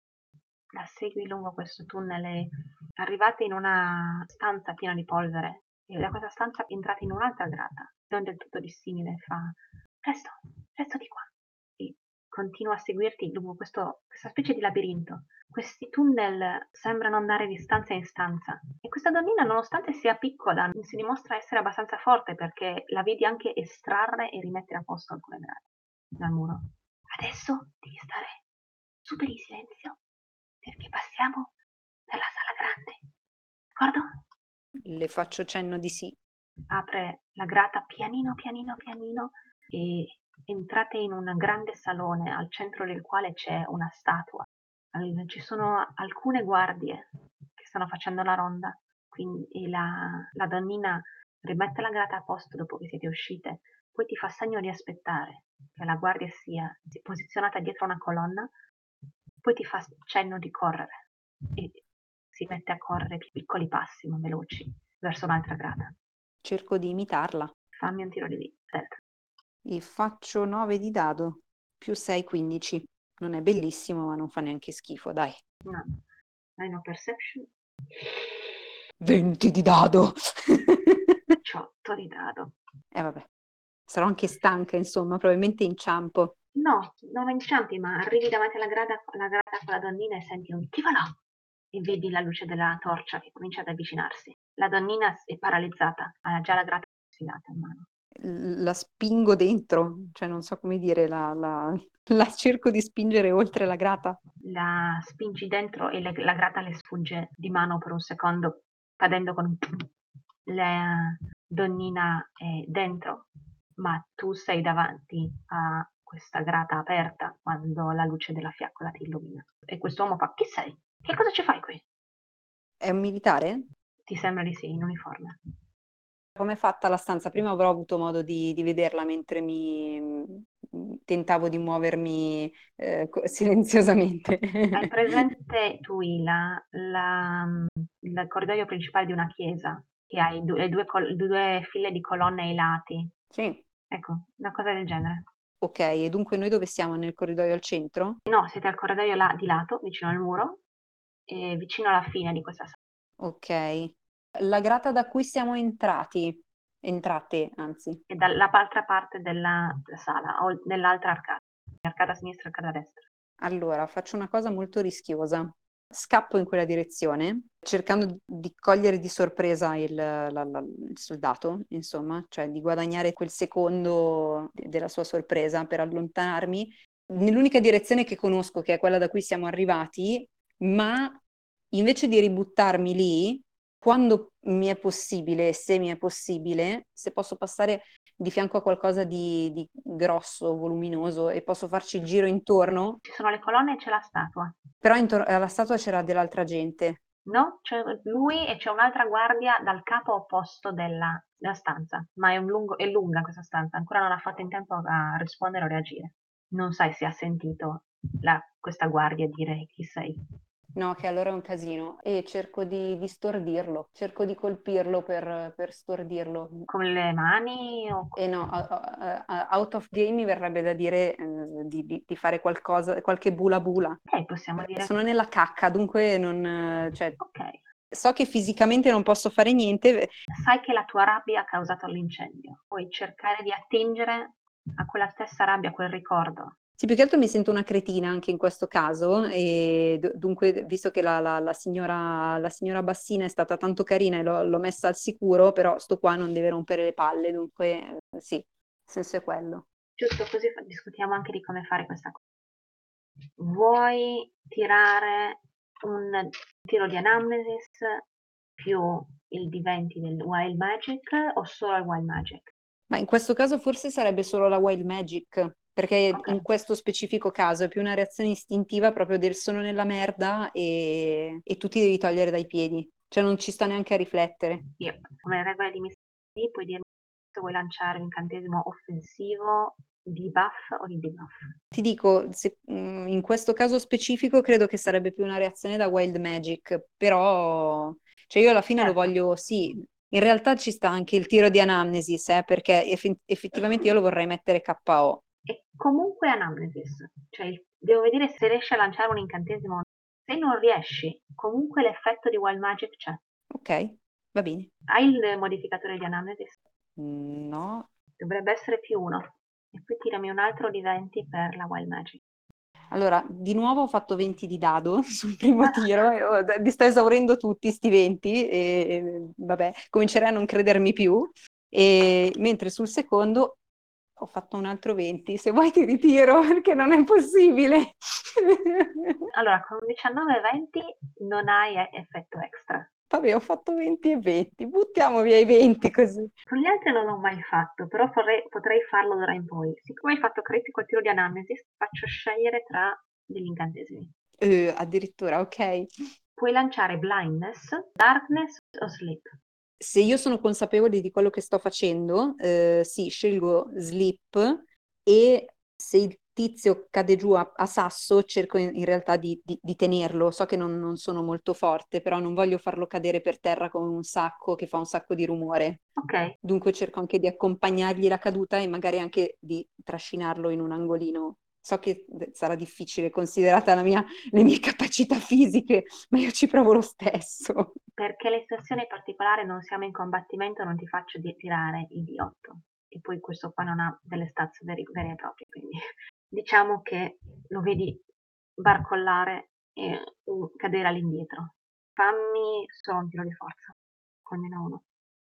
Speaker 3: La segui lungo questo tunnel e arrivate in una stanza piena di polvere e da questa stanza entrate in un'altra grata, non del tutto dissimile, fa: presto, presto di qua. E continua a seguirti lungo questo, questa specie di labirinto. Questi tunnel sembrano andare di stanza in stanza e questa donnina, nonostante sia piccola, si dimostra essere abbastanza forte perché la vedi anche estrarre e rimettere a posto alcune grate dal muro. Adesso devi stare super in silenzio perché passiamo nella sala grande, d'accordo?
Speaker 4: Le faccio cenno di sì.
Speaker 3: Apre la grata pianino, pianino, pianino e entrate in un grande salone al centro del quale c'è una statua. Al- Ci sono alcune guardie che stanno facendo la ronda, quindi e la, la donnina rimette la grata a posto dopo che siete uscite, poi ti fa segno di aspettare che la guardia sia sia posizionata dietro una colonna, poi ti fa cenno di correre e si mette a correre pi- piccoli passi ma veloci verso un'altra grata.
Speaker 4: Cerco di imitarla.
Speaker 3: Fammi un tiro di stealth.
Speaker 4: E faccio nove di dado, più sei, quindici. Non è bellissimo, ma non fa neanche schifo, dai.
Speaker 3: No, hai no perception.
Speaker 4: venti di dado!
Speaker 3: diciotto di dado.
Speaker 4: E vabbè, sarò anche stanca, insomma, probabilmente inciampo.
Speaker 3: No, non inciampi, ma arrivi davanti alla grata, alla grata con la donnina e senti un ti va là e vedi la luce della torcia che comincia ad avvicinarsi. La donnina è paralizzata, ha già la grata sfilata in mano.
Speaker 4: L- La spingo dentro, cioè non so come dire, la, la- la cerco di spingere oltre la grata.
Speaker 3: La spingi dentro e le- la grata le sfugge di mano per un secondo, cadendo con un pum. La donnina è dentro, ma tu sei davanti a questa grata aperta quando la luce della fiaccola ti illumina. E quest'uomo fa: chi sei? Che cosa ci fai qui?
Speaker 4: È un militare?
Speaker 3: Ti sembra di sì, in uniforme.
Speaker 4: Com'è fatta la stanza? Prima avrò avuto modo di, di vederla mentre mi mh, tentavo di muovermi eh, co- silenziosamente.
Speaker 3: Hai presente tu la, la, il corridoio principale di una chiesa che ha i due, le due, col- due file di colonne ai lati?
Speaker 4: Sì,
Speaker 3: Ecco, una cosa del genere.
Speaker 4: ok, e dunque noi dove siamo? Nel corridoio al centro?
Speaker 3: No, siete al corridoio là, di lato, vicino al muro, eh, vicino alla fine di questa sala.
Speaker 4: Ok. La grata da cui siamo entrati, entrate, anzi.
Speaker 3: E dall'altra parte della sala, o nell'altra arcata, arcata a sinistra e arcata a destra.
Speaker 4: Allora, faccio una cosa molto rischiosa. Scappo in quella direzione, cercando di cogliere di sorpresa il, la- la- il soldato, insomma, cioè di guadagnare quel secondo de- della sua sorpresa per allontanarmi nell'unica direzione che conosco, che è quella da cui siamo arrivati, ma invece di ributtarmi lì, quando mi è possibile, se mi è possibile, se posso passare di fianco a qualcosa di, di grosso, voluminoso e posso farci il giro intorno,
Speaker 3: Ci sono le colonne e c'è la statua.
Speaker 4: però intorno alla statua c'era dell'altra gente.
Speaker 3: No, c'è lui e c'è un'altra guardia dal capo opposto della, della stanza, ma è, un lungo, è lunga questa stanza, ancora non ha fatto in tempo a rispondere o reagire. Non sai se ha sentito la- questa guardia dire chi sei.
Speaker 4: No, che allora è un casino e cerco di, di stordirlo, cerco di colpirlo per, per stordirlo.
Speaker 3: Con le mani o con...
Speaker 4: E no, a- a- a- out of game mi verrebbe da dire eh, di, di- di fare qualcosa, qualche bula bula.
Speaker 3: Ok, possiamo dire...
Speaker 4: Sono nella cacca, dunque non, eh, cioè,
Speaker 3: Ok,
Speaker 4: so che fisicamente non posso fare niente.
Speaker 3: sai che la tua rabbia ha causato l'incendio. Puoi cercare di attingere a quella stessa rabbia, a quel ricordo.
Speaker 4: Sì, più che altro mi sento una cretina anche in questo caso e d- dunque, visto che la, la- la signora, la signora Bassina è stata tanto carina e l'ho, l'ho messa al sicuro, però sto qua non deve rompere le palle, dunque eh, sì, il senso è quello.
Speaker 3: Giusto così fa- discutiamo anche di come fare questa cosa. Vuoi tirare un tiro di anamnesis più il D venti del Wild Magic o solo il Wild Magic?
Speaker 4: Ma in questo caso forse sarebbe solo la Wild Magic, perché
Speaker 3: Ok,
Speaker 4: in questo specifico caso è più una reazione istintiva proprio del sono nella merda e, e tu ti devi togliere dai piedi, cioè non ci sta neanche a riflettere.
Speaker 3: io come regola di missione puoi dirmi se vuoi lanciare un incantesimo offensivo di buff o di debuff.
Speaker 4: Ti dico, se- mh, in questo caso specifico credo che sarebbe più una reazione da Wild Magic, però cioè io alla fine lo
Speaker 3: Certo,
Speaker 4: voglio, sì, in realtà ci sta anche il tiro di anamnesis, eh, perché eff- effettivamente io lo vorrei mettere K O.
Speaker 3: e comunque anamnesis, cioè il- devo vedere se riesci a lanciare un incantesimo. Se non riesci, comunque l'effetto di Wild Magic c'è.
Speaker 4: Ok, va bene.
Speaker 3: Hai il modificatore di anamnesis?
Speaker 4: No.
Speaker 3: Dovrebbe essere più uno. E poi tirami un altro di venti per la Wild Magic.
Speaker 4: Allora, di nuovo ho fatto venti di dado sul primo tiro, e ho- li sto esaurendo tutti sti venti e vabbè, comincerei a non credermi più. E, mentre sul secondo ho fatto un altro venti, se vuoi ti ritiro perché non è possibile.
Speaker 3: Allora, con un diciannove venti non hai e- effetto extra.
Speaker 4: Vabbè, ho fatto venti e venti, buttiamo via i venti così.
Speaker 3: Con gli altri non l'ho mai fatto, però vorrei- potrei farlo d'ora in poi. Siccome hai fatto critico al tiro di anamnesis, faccio scegliere tra degli incantesimi.
Speaker 4: Eh, addirittura, ok.
Speaker 3: Puoi lanciare blindness, darkness o sleep.
Speaker 4: Se io sono consapevole di quello che sto facendo, eh, sì, scelgo sleep e se il tizio cade giù a, a sasso, cerco in, in realtà di, di- di tenerlo. So che non, non sono molto forte, però non voglio farlo cadere per terra come un sacco che fa un sacco di rumore.
Speaker 3: Ok,
Speaker 4: Dunque cerco anche di accompagnargli la caduta e magari anche di trascinarlo in un angolino. So che eh, sarà difficile considerata la mia- le mie capacità fisiche, ma io ci provo lo stesso.
Speaker 3: perché le situazioni particolari non siamo in combattimento, non ti faccio di tirare il D otto. E poi questo qua non ha delle stats veri- vere e proprie, quindi diciamo che lo vedi barcollare e uh, cadere all'indietro. Fammi solo un tiro di forza, con meno uno.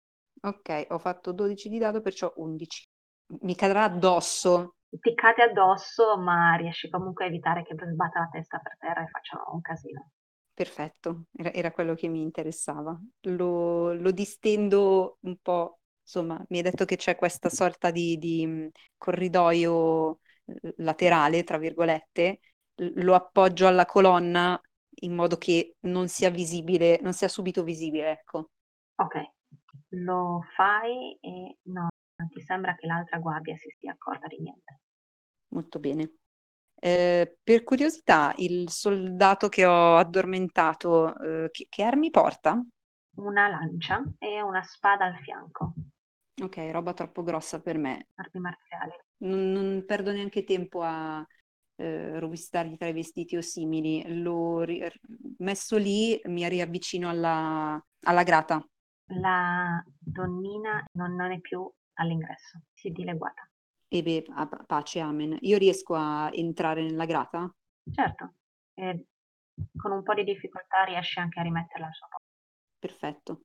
Speaker 4: Ok, ho fatto dodici di dado, perciò undici. Mi cadrà addosso.
Speaker 3: Ti cade addosso, ma riesci comunque a evitare che sbatta la testa per terra e faccia un casino.
Speaker 4: Perfetto, era, era quello che mi interessava. Lo, lo distendo un po', insomma, mi hai detto che c'è questa sorta di, di, mh, corridoio eh, laterale, tra virgolette, L- lo appoggio alla colonna in modo che non sia visibile, non sia subito visibile, ecco.
Speaker 3: Ok, lo fai e no, non ti sembra che l'altra guardia si stia accorta di niente.
Speaker 4: Molto bene. Eh, per curiosità, il soldato che ho addormentato, eh, che, che armi porta?
Speaker 3: Una lancia e una spada al fianco,
Speaker 4: Ok, roba troppo grossa per me.
Speaker 3: arti marziali.
Speaker 4: Non, non perdo neanche tempo a, eh, rovesciargli tra i vestiti o simili. L'ho ri- messo lì, mi riavvicino alla, alla grata.
Speaker 3: La donnina non, non è più all'ingresso, si è dileguata.
Speaker 4: E beh, a- a- pace, amen. Io riesco a entrare nella grata?
Speaker 3: Certo, e con un po' di difficoltà riesci anche a rimetterla al suo posto.
Speaker 4: Perfetto.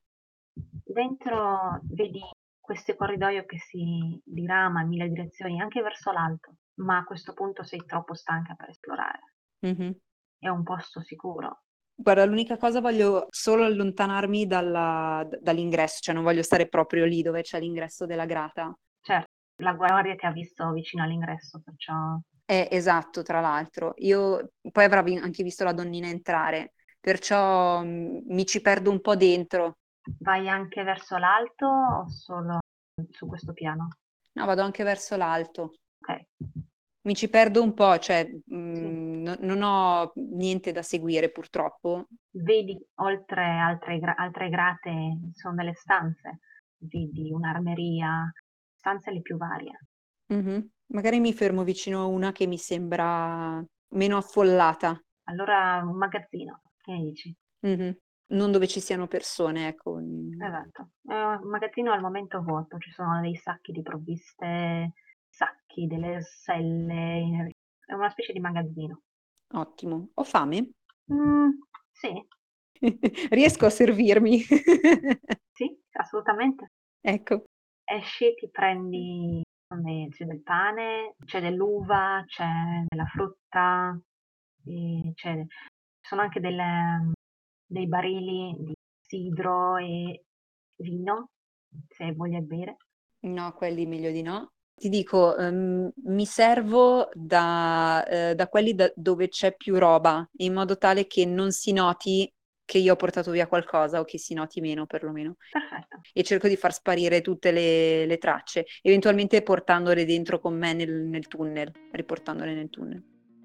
Speaker 3: Dentro vedi questo corridoio che si dirama in mille direzioni, anche verso l'alto, ma a questo punto sei troppo stanca per esplorare.
Speaker 4: Mhm.
Speaker 3: È un posto sicuro.
Speaker 4: Guarda, l'unica cosa, voglio solo allontanarmi dalla- d- dall'ingresso, cioè non voglio stare proprio lì dove c'è l'ingresso della grata.
Speaker 3: Certo, la guardia ti ha visto vicino all'ingresso, perciò
Speaker 4: Eh, esatto, tra l'altro. Io poi avrò vi- anche visto la donnina entrare, perciò mm, mi ci perdo un po' dentro.
Speaker 3: vai anche verso l'alto o solo su questo piano?
Speaker 4: No, vado anche verso l'alto.
Speaker 3: Ok,
Speaker 4: Mi ci perdo un po', cioè
Speaker 3: sì.
Speaker 4: mm, no- non ho niente da seguire purtroppo.
Speaker 3: Vedi oltre altre, gra- altre grate, sono delle stanze, vedi un'armeria, stanze le più varie.
Speaker 4: Mhm. Magari mi fermo vicino a una che mi sembra meno affollata.
Speaker 3: Allora un magazzino, che ne dici?
Speaker 4: Mhm. Non dove ci siano persone, ecco. Mm.
Speaker 3: Esatto, è un magazzino al momento vuoto, ci sono dei sacchi di provviste, sacchi, delle selle, è una specie di magazzino.
Speaker 4: Ottimo. Ho fame?
Speaker 3: Mm, sì,
Speaker 4: Riesco a servirmi.
Speaker 3: sì, assolutamente.
Speaker 4: Ecco.
Speaker 3: Esci, ti prendi, c'è del pane, c'è dell'uva, c'è della frutta, e c'è- ci sono anche delle- dei barili di sidro e vino, se voglia bere.
Speaker 4: No, quelli meglio di no. Ti dico, ehm, mi servo da, eh, da quelli da- dove c'è più roba, in modo tale che non si noti che io ho portato via qualcosa o che si noti meno, perlomeno.
Speaker 3: Perfetto.
Speaker 4: E cerco di far sparire tutte le, le tracce, eventualmente portandole dentro con me nel, nel tunnel, riportandole nel tunnel.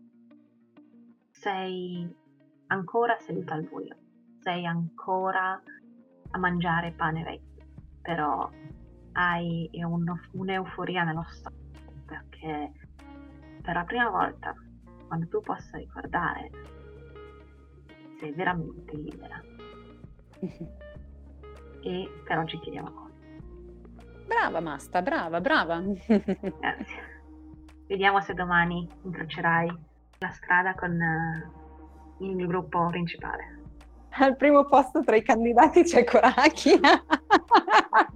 Speaker 3: Sei ancora seduta al buio, sei ancora a mangiare pane vecchio, però hai un- un'euforia nello stomaco perché per la prima volta, quando tu possa ricordare, sei veramente libera. E per oggi chiediamo cose.
Speaker 4: Brava Masta, brava, brava.
Speaker 3: Grazie. Vediamo se domani incrocerai la strada con eh, il gruppo principale.
Speaker 4: Al primo posto tra i candidati c'è Coraki.